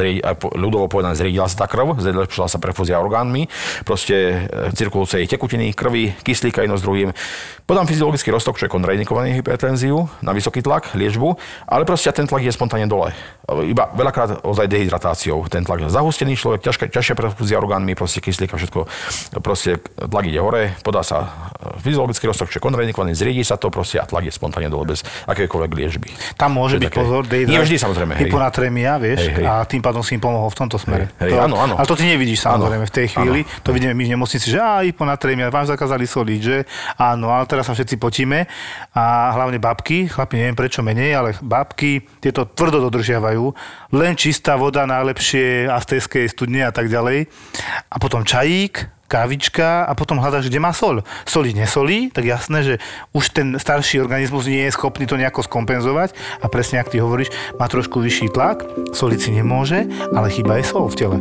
ľudovo povedané zriedila sa tá krv, zlepšila sa perfúzia orgánmi, proste cirkulujúcej tekutiny, krvi, kyslíka jedno s druhým. Podám fyziologický roztok, čo je kontraindikovaný hypertenziu, na vysoký tlak, liečbu, ale proste ten tlak je spontánne dole. Iba veľakrát ozaj dehydratáciou. Ten tlak zahustený človek, ťažká, ťažšia perfúzia orgánmi, proste kyslíka, všetko, proste tlak ide hore, podá sa fyziologický roztok, čo je kontraindikovaný, zriedí sa to proste a tlak je spontánne dole bez akékoľvek liečby. Tam môže byť pozor, dehydrácia. Nie vždy samozrejme. Hyponatrémia, vieš, hej, hej. A tým pádom si im pomohol v tomto smere. Hej, hej, to, áno, áno. Ale to ty nevidíš samozrejme áno, v tej chvíli. Áno. To vidíme my v nemocnici, že á, hyponatrémia, vám zakázali soliť, že áno, ale teraz sa všetci potíme a hlavne babky, chlapi neviem prečo menej, ale babky tieto tvrdo dodržiavajú, len čistá voda, najlepšie astejskej studne a tak ďalej. A potom čajík, kávička a potom hľadaš, kde má soľ. Solí, nesolí, tak jasné, že už ten starší organizmus nie je schopný to nejako skompenzovať a presne, ak ty hovoríš, má trošku vyšší tlak, soliť si nemôže, ale chýba je soľ v tele.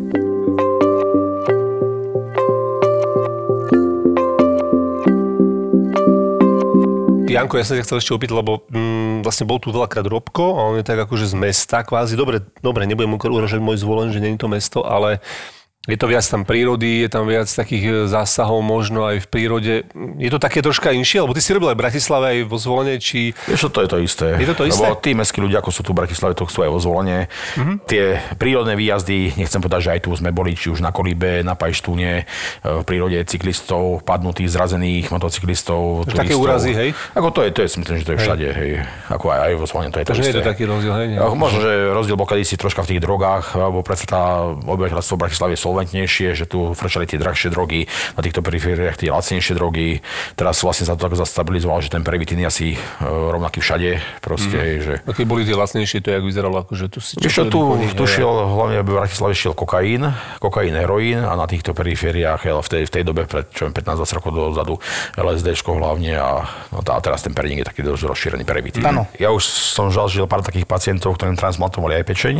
Janko, ja sa ťa chcel ešte opýtať, lebo mm, vlastne bol tu veľakrát Robko a on je tak akože z mesta kvázi. Dobre, dobre, nebudem mu uražať môj zvolen, že nie je to mesto, ale je to viac tam prírody, je tam viac takých zásahov možno aj v prírode. Je to také troška inšie, lebo ty si robil aj v Bratislave, aj vo Zvolene, či... Vieš, to je to isté. Je to to isté? Lebo tí mestskí ľudia, ako sú tu v Bratislave, to chcú aj vo Zvolene. Mm-hmm. Tie prírodné výjazdy, nechcem povedať, že aj tu sme boli, či už na Kolíbe, na Pajštúne, v prírode cyklistov, padnutých, zrazených, motocyklistov, turistov. Také úrazy, hej? Ako to je, to je, myslím, že to je všade, hej. Ako aj, aj vo Zvolene, to je to, to isté. Takže nie je to taký rozdiel, hej? Možno, že rozdiel bol kedysi troška v tých drogách, alebo predsa tá obyvateľstvo v Bratislave solventnejšie, že tu frčali tie drahšie drogy, na týchto perifériách tie lacnejšie drogy. Teraz vlastne sa to tak zastabilizovalo, že ten Previtin je asi rovnaký všade. Proste, mm. že... A keď boli tie lacnejšie, to jak vyzeralo? Akože tu si čo tu, tu šiel, hlavne v Bratislave šiel kokain, kokain, heroín a na týchto perifériách v tej, v tej dobe pred pätnásť dvadsať rokov dozadu LSDčko hlavne a, no, a teraz ten peridín je taký dosť rozšírený Previtin. Mm. Ja už som žil pár takých pacientov, ktorým transplantovali aj pečeň,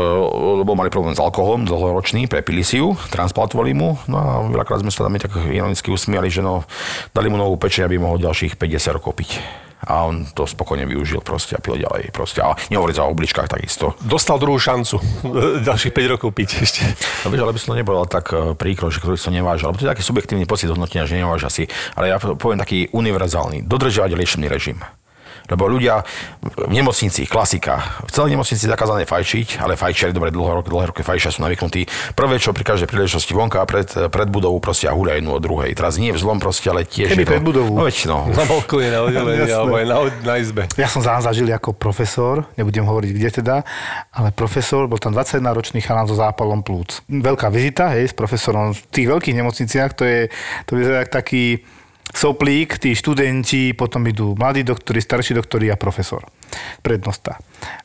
lebo mali problém s alkoholom dlhoročný, prepili si ju, transplantovali mu, no a veľakrát sme sa tam tak ironicky usmiali, že no, dali mu novú pečeň, aby mohol ďalších päťdesiat rokov piť. A on to spokojne využil proste a pil ďalej. Proste. A nehovoriť za obličkách takisto. Dostal druhú šancu. Ďalších päť rokov piť ešte. No vieš, ale by som to nepovedal tak príkro, že ktorý som nevážil. Lebo to je taký subjektívny pocit hodnotenia, že nevážia si. Ale ja poviem taký univerzálny. Dodržiavať liečebný režim. Lebo ľudia v nemocnici, klasika, v celej nemocnici zakázané fajčiť, ale fajčiari dobre dlho, dlhé roky fajčia sú navyknutí. Prvé, čo pri každej príležitosti vonka pred, pred budovu proste a huľa jednu od druhej. Teraz nie v zlom proste, ale tiež Keby pred budovu. No veď no. Na balkóne, na oddelení, alebo aj na, na izbe. Ja som sám zažil ako profesor, nebudem hovoriť kde teda, ale profesor, bol tam dvadsaťjedenročný chalán so zápalom plúc. Veľká vizita, hej, s profesorom v tých veľkých nemocniciach, to je, to vyzerá taký soplík, tí študenti, potom idú mladí doktori, starší doktori a profesor. Prednosta.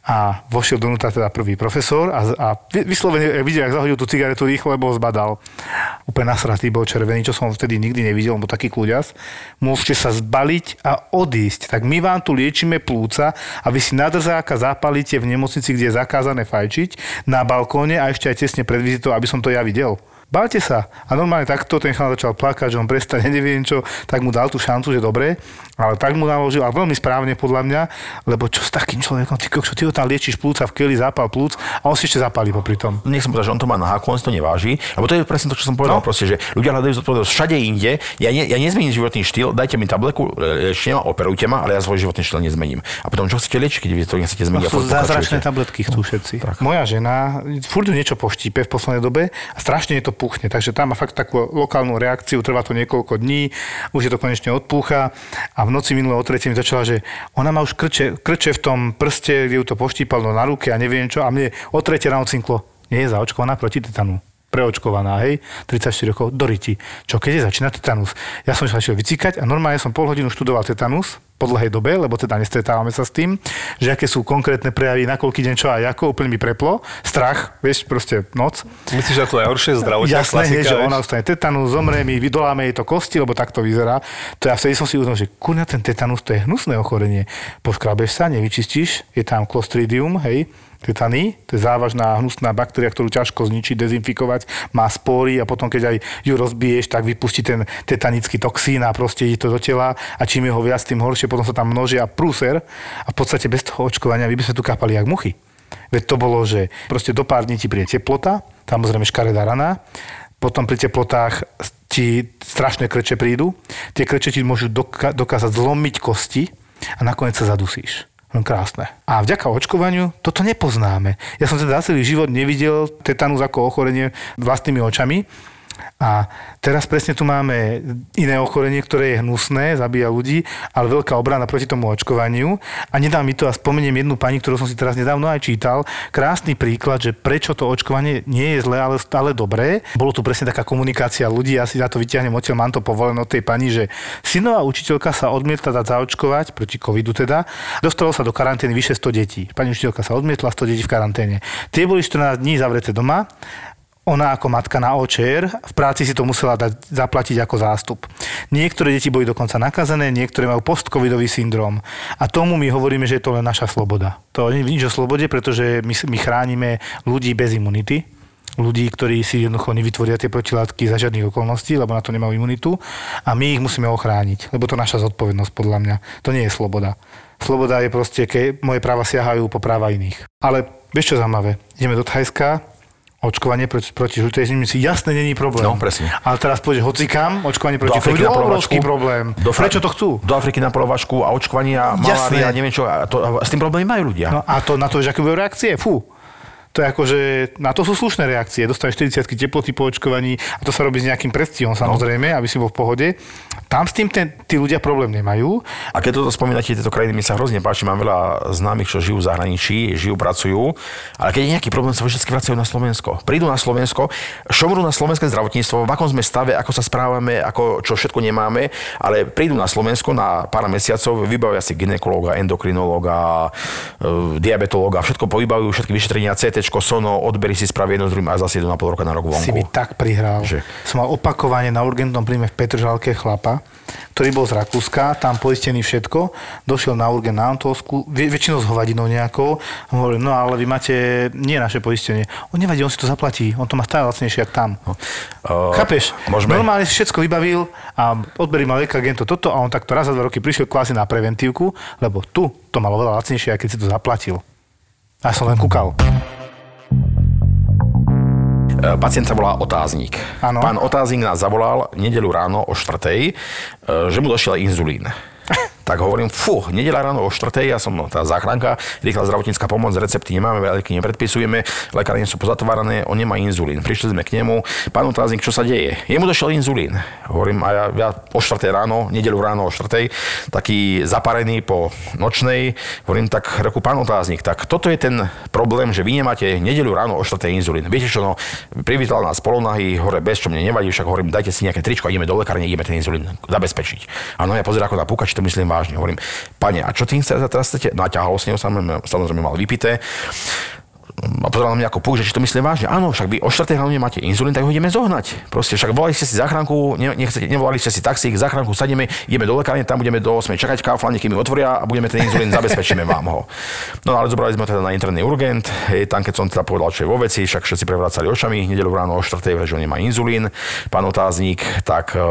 A vošiel donútra teda prvý profesor a, a vyslovene videl, jak zahodil tú cigaretu rýchlo, lebo ho zbadal. Úplne nasratý, bol červený, čo som vtedy nikdy nevidel, lebo taký kľúďas. Môžete sa zbaliť a odísť. Tak my vám tu liečíme plúca a vy si na drzáka zapalíte v nemocnici, kde je zakázané fajčiť, na balkóne a ešte aj tesne pred vizitou, aby som to ja videl. Bálte sa. A normálne takto ten chalán začal plakať, že on prestane, neviem čo, tak mu dal tú šancu, že dobre, ale tak mu naložil, a veľmi správne podľa mňa, lebo čo s takým človekom, ty kokšo, ty ho tam liečíš plúca v keli, zápal plúc a on si ešte zapálí popri tom. Nech som povedal, že on to má na háku, on si to neváži, lebo to je presne to, čo som povedal, no. Proste, že ľudia hľadajú zodpovednosť všade inde. Ja, ne, ja nezmením životný štýl, dajte mi tabletku, liečte ma, operujte ma, ale ja svoj životný štýl nezmením. A potom čo chcete liečiť, keď vy to nechcete zmeniť? No, zázračné tabletky chcú všetci. No, moja žena furt niečo poštípe v poslednej dobe a strašne je to puchne, takže tam fakt takú lokálnu reakciu, trvá to niekoľko dní, už je to konečne odpúcha a v noci minulé o tretej mi začala, že ona má už krče, krče v tom prste, kde ju to poštípalo na ruke a neviem čo a mne o tretej ráno cinklo, nie je zaočkovaná proti tetanu. Preočkovaná, hej, tridsaťštyri rokov, do ryti. Čo, keď je začína tetanus? Ja som sa šiel vycikať a normálne som pol hodinu študoval tetanus po dlhej dobe, lebo teda nestretávame sa s tým, že aké sú konkrétne prejavy, na koľký deň čo a ako, úplne mi preplo. Strach, vieš, proste noc. Myslíš, že to je horšie zdravotná klasika? Jasné, hej, že ona ostane tetanus, zomrie mi, vydoláme jej to kosti, lebo tak to vyzerá. To ja vtedy som si uznal, že kurňa, ten tetanus, to je hnusné ochorenie. Poškrabeš sa, nevyčistíš, je tam Clostridium, hej, tetany, to je závažná hnusná baktéria, ktorú ťažko zničiť, dezinfikovať, má spóry a potom, keď aj ju rozbiješ, tak vypustí ten tetanický toxín a proste ide to do tela a čím je ho viac, tým horšie, potom sa tam množia prúser a v podstate bez toho očkovania my by sme tu kápali jak muchy. Veď to bolo, že proste do pár dní ti príde teplota, samozrejme škaredá rana, potom pri teplotách ti strašné krče prídu, tie krče ti môžu doka- dokázať zlomiť kosti a nakoniec sa zadusíš. No krásne. A vďaka očkovaniu toto nepoznáme. Ja som teda celý život nevidel tetanus ako ochorenie vlastnými očami. A teraz presne tu máme iné ochorenie, ktoré je hnusné, zabíja ľudí, ale veľká obrana proti tomu očkovaniu. A nedá mi to a spomeniem jednu pani, ktorú som si teraz nedávno aj čítal. Krásny príklad, že prečo to očkovanie nie je zlé, ale stále dobré. Bolo tu presne taká komunikácia ľudí, ja si na to vyťahnem odtiaľ, mám to povolené od tej pani, že synová učiteľka sa odmietla dať zaočkovať, proti covidu teda. Dostalo sa do karantény vyše sto detí. Pani učiteľka sa odmietla, sto detí v karanténe. Tie boli štrnásť dní zavreté doma. Ona ako matka na očer v práci si to musela dať, zaplatiť ako zástup. Niektoré deti boli dokonca nakazené, niektoré majú post-covidový syndrom. A tomu my hovoríme, že je to len naša sloboda. To nie je nič o slobode, pretože my, my chránime ľudí bez imunity. Ľudí, ktorí si jednoducho nevytvoria tie protilátky za žiadnych okolností, lebo na to nemajú imunitu. A my ich musíme ochrániť, lebo to je naša zodpovednosť podľa mňa. To nie je sloboda. Sloboda je proste, keď moje práva siahajú po práva iných. Ale vieš čo zaujímavé? Ideme do Thajska. Očkovanie proti, proti žltej zimnici jasne není problém. No, presne. Ale teraz pôjdeš hocikam, očkovanie proti covidu, obrovský problém. Do Fra- Prečo to chcú? Do Afriky na polovačku a očkovania, malária, neviem čo, a, to, a s tým problémy majú ľudia. No a to na to, že aké budú reakcie? Fú. To To je ako, že na to sú slušné reakcie. Dostaneš štyridsať teploty po očkovaní a to sa robí s nejakým predstihom samozrejme, aby si bol v pohode. Tam s tým ten, tí ľudia problém nemajú. A keď toto spomínate, tieto krajiny mi sa hrozne páči, mám veľa známych, čo žijú v zahraničí, žijú, pracujú, ale keď je nejaký problém, sa všetky vracajú na Slovensko. Prídu na Slovensko, šomrú na slovenské zdravotníctvo, v akom sme stave, ako sa správame, ako čo všetko nemáme, ale prídu na Slovensko na pár mesiacov, vybavia si gynekológa, endokrinológa, e, diabetológa, všetko povybavujú, všetky vyšetrenia, cé téčko, sono, odbery si spravia jedno z druhým a zase idú na pol roka na rok vonku. Si mi tak prihral. Že... Som mal opakovane na urgentnom príjme v Petržalke chlapa, ktorý bol z Rakúska, tam poistený všetko, došiel na urgent na Antolsku, väčšinou s hovadinou nejakou, a hovorím, no ale vy máte nie naše poistenie. On nevadí, on si to zaplatí, on to má stále lacnejšie, jak tam. Uh, Chápeš? Môžeme? Normálne si všetko vybavil a odberí mal lekár gento toto a on takto raz za dva roky prišiel kvázi na preventívku, lebo tu to malo veľa lacnejšie, aj keď si to zaplatil. A som len kúkal. Pacient sa volá Otáznik. Ano. Pán Otáznik nás zavolal nedeľu ráno o štvrtej, že mu došiel inzulín. Tak hovorím, fú, nedeľa ráno o štvrtej, ja som no, tá záchranka, rýchla zdravotnícka pomoc, recepty nemáme, veľké nepredpisujeme, lekárne sú pozatvárané, on nemá inzulín. Prišli sme k nemu, pán Otáznik, čo sa deje? Jemu došiel inzulín. Hovorím, a ja, ja o štvrtej ráno, nedeľu ráno o štvrtej, taký zaparený po nočnej, hovorím, tak reku, pán Otáznik, tak toto je ten problém, že vy nemáte nedeľu ráno o štvrtej inzulín. Viete čo, no, privítal nás polonahy, hore bez, čo mne nevadí, však hovorím, dajte si nejaké tričko a ideme do lekárne, ideme ten inzulín zabezpečiť. Áno, ja pozerám ako na púkač, to myslím vážne. Hovorím, pane, a čo tým teraz chcete? Naťahol s ním, samozrejme mal vypité. A pozeral na mňa ako púk, že či to myslím vážne. Áno, však vy o štvrtej ráno nemáte inzulín, tak ho ideme zohnať. Proste však volali ste si záchranku, ne, nechcete, nevolali ste si taxík, záchranku sadíme, ideme do lekárne, tam budeme do osmej čakať Kauflande, kým mi otvoria a budeme ten inzulín, zabezpečíme vám ho. No ale zobrali sme teda na interný urgent, hej, tam keď som teda povedal, čo je vo veci, však všetci prevracali očami, nedeľu ráno o štvrtej, že on nemá inzulín, pán Otáznik, tak e,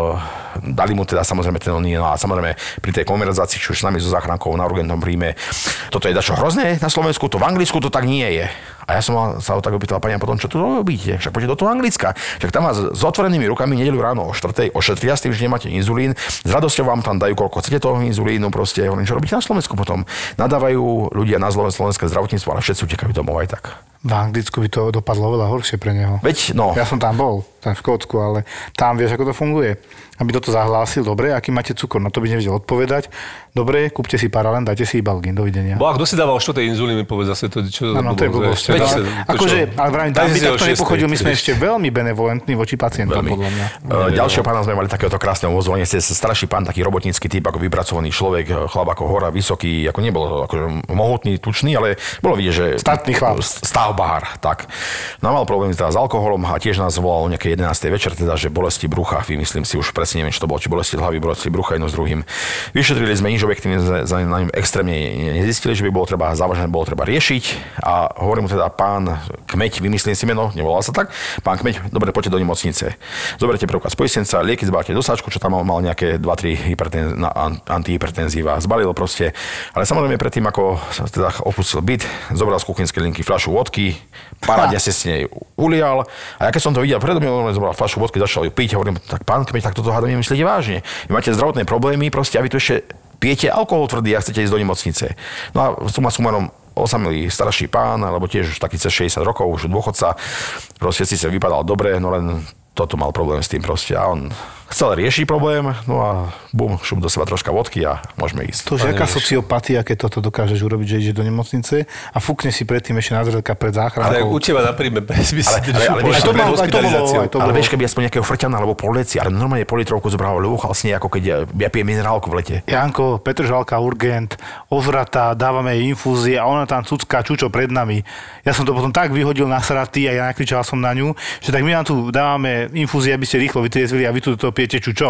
dali mu teda samozrejme ten oný, no a samozrejme pri tej konverzácii, či už s nami so záchrankou na urgentnom príjme, toto je dačo hrozné na Slovensku, to v Anglicku to tak nie je. A ja som sa ho tak opýtal, pani, a potom, čo tu robíte? Však poďte do toho Anglicka. Však tam vás s otvorenými rukami nedeľu ráno o štvrtej ošetria s tým, že nemáte inzulín. S radosťou vám tam dajú, koľko chcete toho inzulínu. Proste, hovorím, čo robíte na Slovensku potom? Nadávajú ľudia na slovenské zdravotníctvo, ale všetci utekajú domov aj tak. V Anglicku by to dopadlo veľa horšie pre neho. Veď, no. Ja som tam bol, tam v Škótsku, ale tam vieš, ako to funguje. Aby toto zahlásil, dobre, aký máte cukor, na to by nevedel odpovedať. Dobre, kúpte si Paralen, dajte si Ibalgin, dovidenia. Bo a kto si dával štvrté inzulín, mi povedz zase to, čo no, no, to je blbosť. Akože, ale vrajím, tam by takto nepochodil, my sme ešte veľmi benevolentní voči pacientom, podľa mňa. Uh, ďalšieho pána sme mali takéhoto krásneho ozvolenie, starší pán, taký robotnícky typ, ako vypracovaný človek, chlap ako hora, vysoký, ako nebol akože mohutný, tučný, ale bolo vidieť, že statný chlap. Stavbár, tak. No mal problém teda s alkoholom a tiež nás volal o nejaké jedenástej večer, teda, že bolesti brucha, vymyslím si už presne neviem, čo to bolo, či bolesti hlavy, bolesti brucha jedno s druhým. Vyšetrili sme nič objektívne za ním extrémne nezistili, že by bolo treba závažné, bolo treba riešiť a hovorím mu teda pán Kmeď, vymyslím si meno, nevolal sa tak, pán Kmeď, dobre, poďte do nemocnice. Zoberte preukaz poistenca, lieky zbalte do sáčku, čo tam mal nejaké dva tri hypertenz- antihypertenzíva, zbalil proste. Ale samozrejme predtým, ako sa teda opustil byt, zobral z kuchynskej linky fľašu vodky, parádne si s nej ulial a ja keď som to videl predo mňa, zobral fľašu vodky, začal ju piť, hovorím, tak pán Kmeď, tak toto hádam nemyslíte vážne. Vy máte zdravotné problémy, proste a vy tu ešte pijete alkohol tvrdý a chcete ísť do nemocnice. No a suma sumarom osamelý starší pán, alebo tiež už taký cez šesťdesiat rokov, už dôchodca, proste síce vypadal dobre, no len toto mal problém s tým proste a on chcel riešiť problém, no a bum, šup do seba troška vodky a môžeme ísť. To je aká sociopatia, keď toto dokážeš urobiť, že ideš do nemocnice a fúkne si predtým ešte na zrelka pred záchrankou. Ale u teba na príjme bez ale, ale, ale, vieš, to bolo, ale vieš, keby aspoň nejakého frťana alebo poleci, ale normálne politrovku zobral, lúchal s nej, ako keď ja, ja pijem minerálku v lete. Janko, Petržalka, urgent, ozvratá, dávame jej infúzie a ona tam cucká čučo pred nami. Ja som to potom tak vyhodil na sraty a ja nakričal som na ňu, že tak my nám tu dávame infúzie, aby ste rýchlo vytriezvili a vy tu to pijete čučo.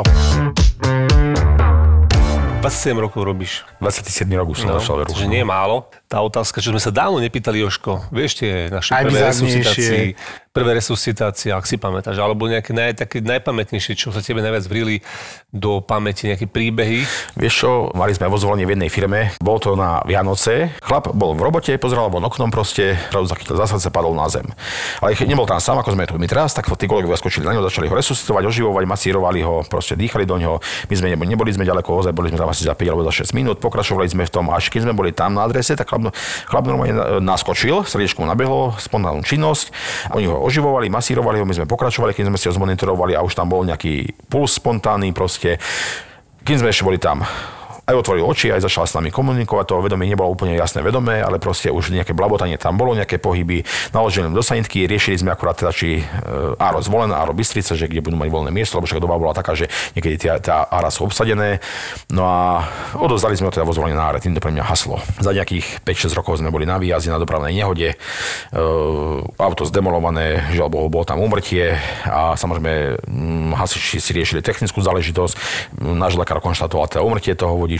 dvadsaťsedem rokov robíš. dvadsaťsedem rokov som no, začal veru. Že nie je málo. Tá otázka, čo sme sa dávno nepýtali, Jožko. Vieš tie naše prvé resuscitácii. prvé resuscitácie, ak si pamätáš, alebo nejaké naj, také najpamätnejšie, čo sa tebe najviac vrili do pamäti, nejaké príbehy? Vieš čo, mali sme vo zvolení v jednej firme, bol to na Vianoce, chlap bol v robote, pozeral von oknom proste, zrazu zachytil za srdce, padol na zem. Ale keď nebol tam sám, ako sme tu my teraz, tak tí kolegovia skočili na ňo, začali ho resuscitovať, oživovať, masírovali ho, proste dýchali do ňoho. My sme neboli, neboli sme ďaleko, ozaj boli sme tam asi za päť alebo za šesť minút, pokračovali sme v tom, až keď sme boli tam na adrese, tak chlap, chlap normálne naskočil, srdiečko mu nabehlo, spontánnu činnosť, oni ho oživovali, masírovali ho, my sme pokračovali, keď sme si ho zmonitorovali a už tam bol nejaký puls spontánny proste. Kým sme ešte boli tam, aj otvoril oči, aj začal s nami komunikovať, to vedomie nebolo úplne jasné vedomé, ale proste už nejaké blabotanie tam bolo, nejaké pohyby, naložili do sanitky, riešili sme akurát teda, či Áro Zvolená, Áro Bystrica, že kde budú mať voľné miesto, lebo však doba bola taká, že niekedy tie, tá ára sú obsadené. No a odozdali sme ho teda vo Zvolenie na áre, tým to pre mňa haslo. Za nejakých päť šesť rokov sme boli na výjazde na dopravnej nehode, e, auto zdemolované, žiaľ Bohu, bolo tam úmrtie a samozrejme hasiči si riešili technickú záležitosť. Náš lekár konštatoval teda úmrtie toho vodiča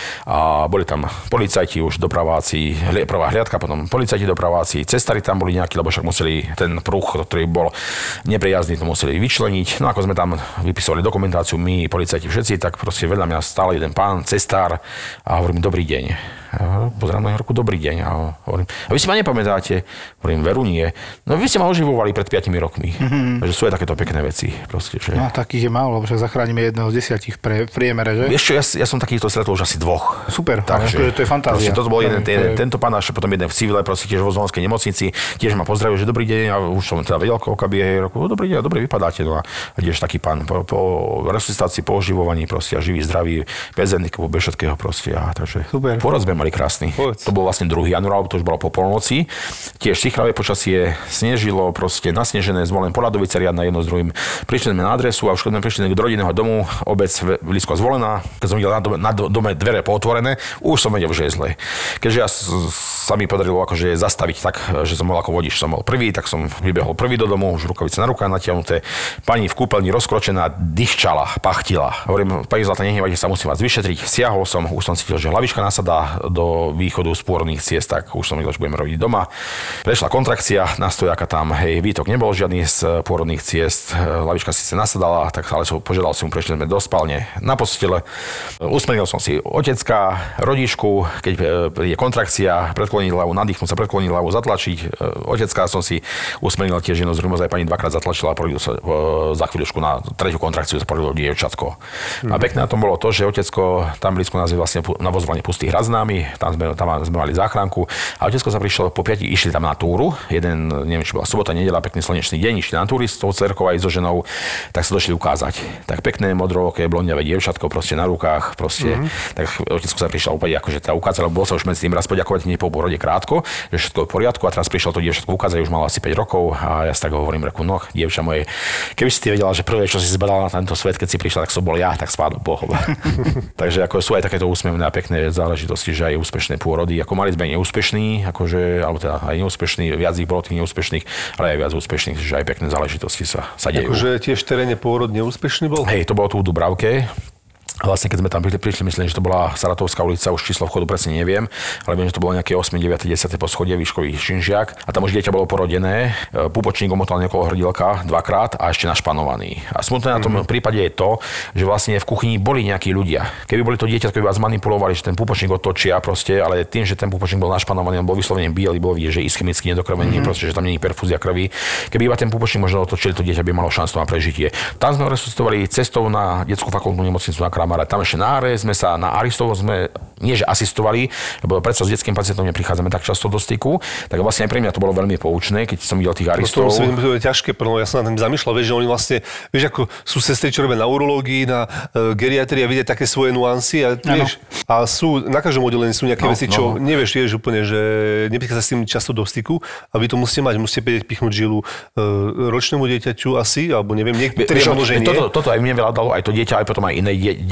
a boli tam policajti už dopraváci, prvá hliadka, potom policajti dopraváci, cestári tam boli nejakí, lebo však museli ten pruh, ktorý bol nepriazný, to museli vyčleniť. No ako sme tam vypisovali dokumentáciu, my, policajti všetci, tak proste vedľa mňa stál jeden pán, cestár a hovorím, dobrý deň. Ja pozerám na Jorku, dobrý deň. A hovorím, a vy si ma nepamätáte? Hovorím, veru nie. No vy ste ma oživovali pred piatimi rokmi. Mm-hmm. Takže sú aj takéto pekné veci. Proste, že... No takých je málo, lebo však zachránime jedného z desiatich pre, v priemere, že? Vieš čo, ja, ja som takýchto stretol už asi dvoch. Super, takže to je fantázia. Toto bol jeden, jeden, tento pán, a potom jeden v civile, proste tiež vo Zvolenskej nemocnici, tiež ma pozdravil, že dobrý deň, a už som teda vedel, koľko je roku, dobrý deň, dobre vypadáte. No a tiež taký pán po, po resuscitácii, po oživovaní, proste a živý, zdravý, bez handicapov, bez všetkého proste. A takže super. Porod sme mali krásny. To bol vlastne druhého januára, to už bolo po polnoci. Tiež sichravé počasie, snežilo, proste nasnežené, Zvolen Poladovice riadna jedno s druhým. Prišli sme na adresu a už keď sme prišli do rodinného domu, obec blízko Zvolená, keď som videl na dome, na dome dvere pootvorené, už som vedel, že je zle. Keďže ja sa mi podarilo akože zastaviť tak, že som bol ako vodič, som bol prvý, tak som vybehol prvý do domu, už rukavice na rukách natiahnuté. Pani v kúpeľni rozkročená, dychčala, pachtila. Hovorím, pani Zlata, nehnevajte sa, musím vás vyšetriť. Siahol som, už som cítil, že hlavička nasadá do východu z pôrodných ciest, tak už som videl, že budeme robiť doma. Prešla kontrakcia, na stojaka tam, hej, výtok nebol žiadny z pôrodných ciest, hlavička síce nasadala, tak ale som požiadal si mu, prešli sme do spálne na postele. Usmernil som si otecka, rodičku, keď je kontrakcia, predkloniť hlavu, nadýchnúť sa, predkloniť hlavu, zatlačiť. Otecka som si usmernil tiež jedno z druhým, aj pani dvakrát zatlačila a porodil sa za chvíľučku na tretiu kontrakciu, sa porodilo dievčatko. Mm. A pekné na tom bolo to, že otecko tam blízko nás je vlastne na vozovanie Pustých hrad známy, tam sme, tam sme mali záchranku a otecko sa prišiel po piatich, išli tam na túru, jeden, neviem, či bola sobota, nedeľa, pekný slnečný deň, išli na túry s tou dcerkou aj so ženou, tak sa došli ukázať. Tak pekné modroké, blondiavé dievčatko proste na rukách, proste, mm-hmm. tak otecko sa prišiel úplne akože tá ukázala, bol sa už medzi tým raz poďakovať hneď po porode krátko, že všetko je v poriadku a teraz prišiel to dievčatko ukázať, už malo asi päť rokov a ja si tak hovorím, reku, no, dievča moje, keby si ty vedela, že prvé, čo si zbadala na tento svet, keď si prišla, tak som bol ja, tak spádu Bohom. Takže ako sú aj takéto úsmevné a pekné záležitosti, že aj úspešné pôrody, ako mali sme neúspešní, akože, alebo teda aj neúspešní, viac ich bolo tých neúspešných, ale aj viac úspešných, že aj pekné záležitosti sa, sa dejú. Akože tiež v teréne pôrod neúspešný bol? Hej, to bolo tu v Dubravke. Vlastne, keď sme tam prišli, myslím, že to bola Saratovská ulica, už číslo vchodu presne neviem, ale viem, že to bolo nejaké osem, deväť, desať poschodie, výškový činžiak a tam už dieťa bolo porodené, púpočník omotal niekoho hrdilka dvakrát a ešte našpanovaný. A smutné na tom mm-hmm. prípade je to, že vlastne v kuchyni boli nejakí ľudia. Keby boli to dieťa, keby vás manipulovali, že ten púpočník otočia proste, ale tým, že ten púpočník bol našpanovaný, on bol vyslovene biely, bol vidieť, že ischemicky nedokrvený, mm-hmm. proste, že tam nie je perfúzia krvi. Keby iba ten púpočník možno otočili, to dieťa by malo šancu na prežitie. Tam sme resuscitovali cestou na detskú fakultnú nemocnicu na Kramare, tam ešte na sme sa na Aristovo sme nie že asistovali, lebo predsa s detským pacientom neprichádzame tak často do styku, tak vlastne aj pre mňa to bolo veľmi poučné, keď som videl tých Aristov. No to musí byť ťažké, no ja som na tým zamýšľal, vieš, že oni vlastne, vieš, ako sú sestry, čo robia na urológii, na uh, geriatrii a vidia také svoje nuancy a vieš, a sú, na každom oddelení sú nejaké no, veci, čo no. nevieš, vieš úplne, že neprichádza s tým často do styku a vy to musíte mať, musíte vedieť pichnúť žilu uh, ročnému dieťaťu asi, alebo neviem, niektorí možno, že nie. Toto, toto aj mne veľa dalo, aj to dieťa, aj potom aj iné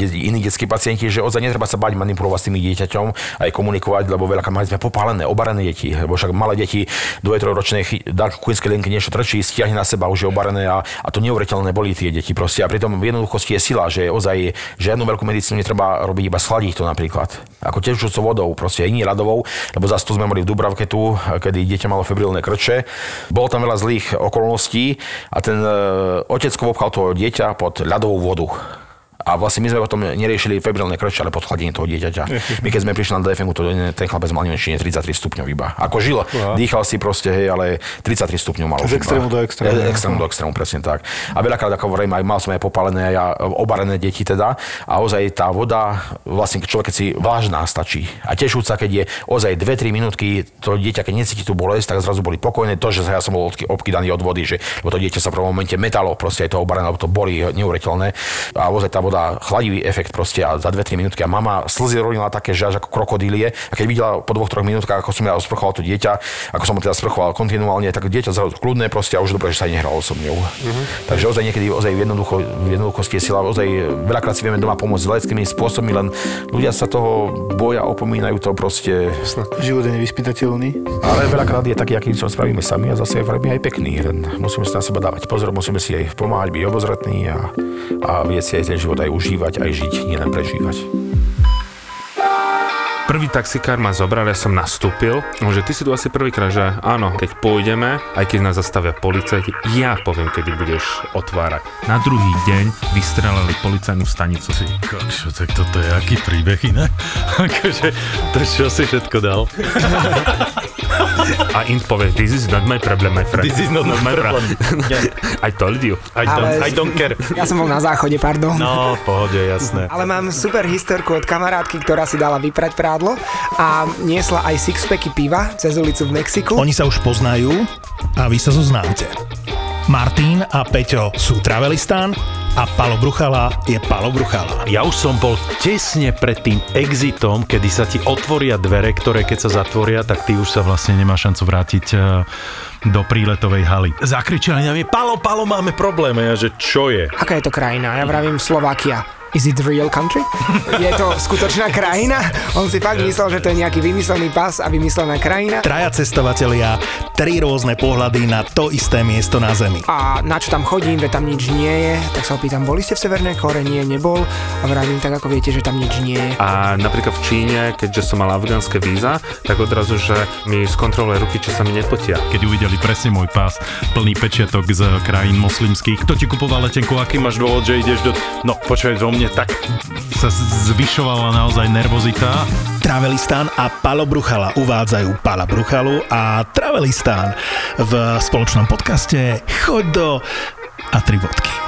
iní detskí pacienti, že ozaj netreba sa bať manipulovať s tými dieťaťom aj komunikovať, lebo veľa mali sme popálené, obarené deti, lebo však malé deti do trojročnej dark kuínskej linky niečo trčí, stiahne na seba, už je obarené a, a to neuveriteľné boli tie deti proste. A pritom v jednoduchosti je sila, že ozaj žiadnu veľkú medicínu netreba robiť, iba schladiť to napríklad. Ako tečúcou vodou, proste nie ľadovou, lebo zase tu sme mali v Dubravke tu, kedy dieťa malo febrilné krče. Bolo tam veľa zlých okolností a ten e, otecko obchal to dieťa pod ľadovú vodu. A vlastne my sme potom neriešili febrilné krče, ale podchladenie toho dieťaťa. My keď sme prišli na dé ef em, to ten chlapec mal neviem, tridsaťtri stupňov iba. Ako žil, Aha. dýchal si proste, hej, ale tridsaťtri stupňov mal. Z extrému do extrému. Z extrému do extrému, presne tak. A veľakrát, ako hovorím, aj mal som aj popálené a obarené deti teda. A ozaj tá voda, vlastne človek, keď si vlážná stačí. A tešúca, keď je ozaj dve tri minútky, to dieťa, keď necíti tú bolesť, tak zrazu boli pokojné. To, že ja som bol obkydaný od vody, že lebo to dieťa sa v prvom momente metalo, proste aj to obarené, lebo to boli neuveriteľné. A ozaj tá voda chladivý efekt proste a za dve tri minútky a mama slzy rolila také, že až ako krokodílie a keď videla po dvoch troch minútkach, ako som ja sprchoval to dieťa, ako som ho teda sprchoval kontinuálne, tak dieťa zrazu kľudné proste a už dobre, že sa nehralo so mňou. Uh-huh. Takže ozaj niekedy ozaj v, jednoducho, v jednoduchosti je sila, ozaj veľakrát si vieme doma pomôcť leckými spôsobmi, len ľudia sa toho boja, opomínajú to proste. Život je nevyspytateľný. Ale veľakrát je taký, aký čo spravíme sami a zase je aj pekný. Len musíme si na seba dávať pozor, musíme si aj pomáhať, byť obozretní a, a vieť si aj ten život aj užívať, aj žiť, nielen prežívať. Prvý taxikár ma zobral, ja som nastúpil, že ty si tu asi prvýkrát, že áno, keď pôjdeme, aj keď nás zastavia policajti, ja poviem, kedy budeš otvárať. Na druhý deň vystrelali policajnú stanicu. Si, kokšo, tak toto je aký príbeh iné? Akože, to čo si všetko dal? A Int povie, this is not my problem, my friend. This is not, not my problem. I told you. I don't, I don't care. Ja som bol na záchode, pardon. No, pohode, jasné. Ale mám super historku od kamarátky, ktorá si dala vyprať prádlo a niesla aj sixpacky piva cez ulicu v Mexiku. Oni sa už poznajú a vy sa zoznámte. Martin a Peťo sú Travelistán a Palo Bruchala je Palo Bruchala. Ja už som bol tesne pred tým exitom, kedy sa ti otvoria dvere, ktoré keď sa zatvoria, tak ty už sa vlastne nemá šancu vrátiť do príletovej haly. Zakričali na mňa, Palo, Palo, máme problém. A ja, že čo je? Aká je to krajina? Ja vravím Slovakia. Is it real country? Je to skutočná krajina? On si fakt myslel, že to je nejaký vymyslený pas a vymyslená krajina. Traja cestovatelia, tri rôzne pohľady na to isté miesto na Zemi. A na čo tam chodím, veď tam nič nie je, tak sa opýtam, boli ste v Severnej Kórei? Nie, nebol. A vravím, tak ako viete, že tam nič nie je. A napríklad v Číne, keďže som mal afgánske víza, tak odrazu, že mi skontroluje ruky, či sa mi nepotia. Keď uvideli presne môj pás, plný pečiatok z krajín moslimských, kto ti kupoval letenku, aký máš dôvod, že ideš do... No, počuj, zo mne tak sa zvyšovala naozaj nervozita. Travelistán a Palo Bruchala uvádzajú Pala Bruchalu a Travelistán v spoločnom podcaste Choď do a tri bodky.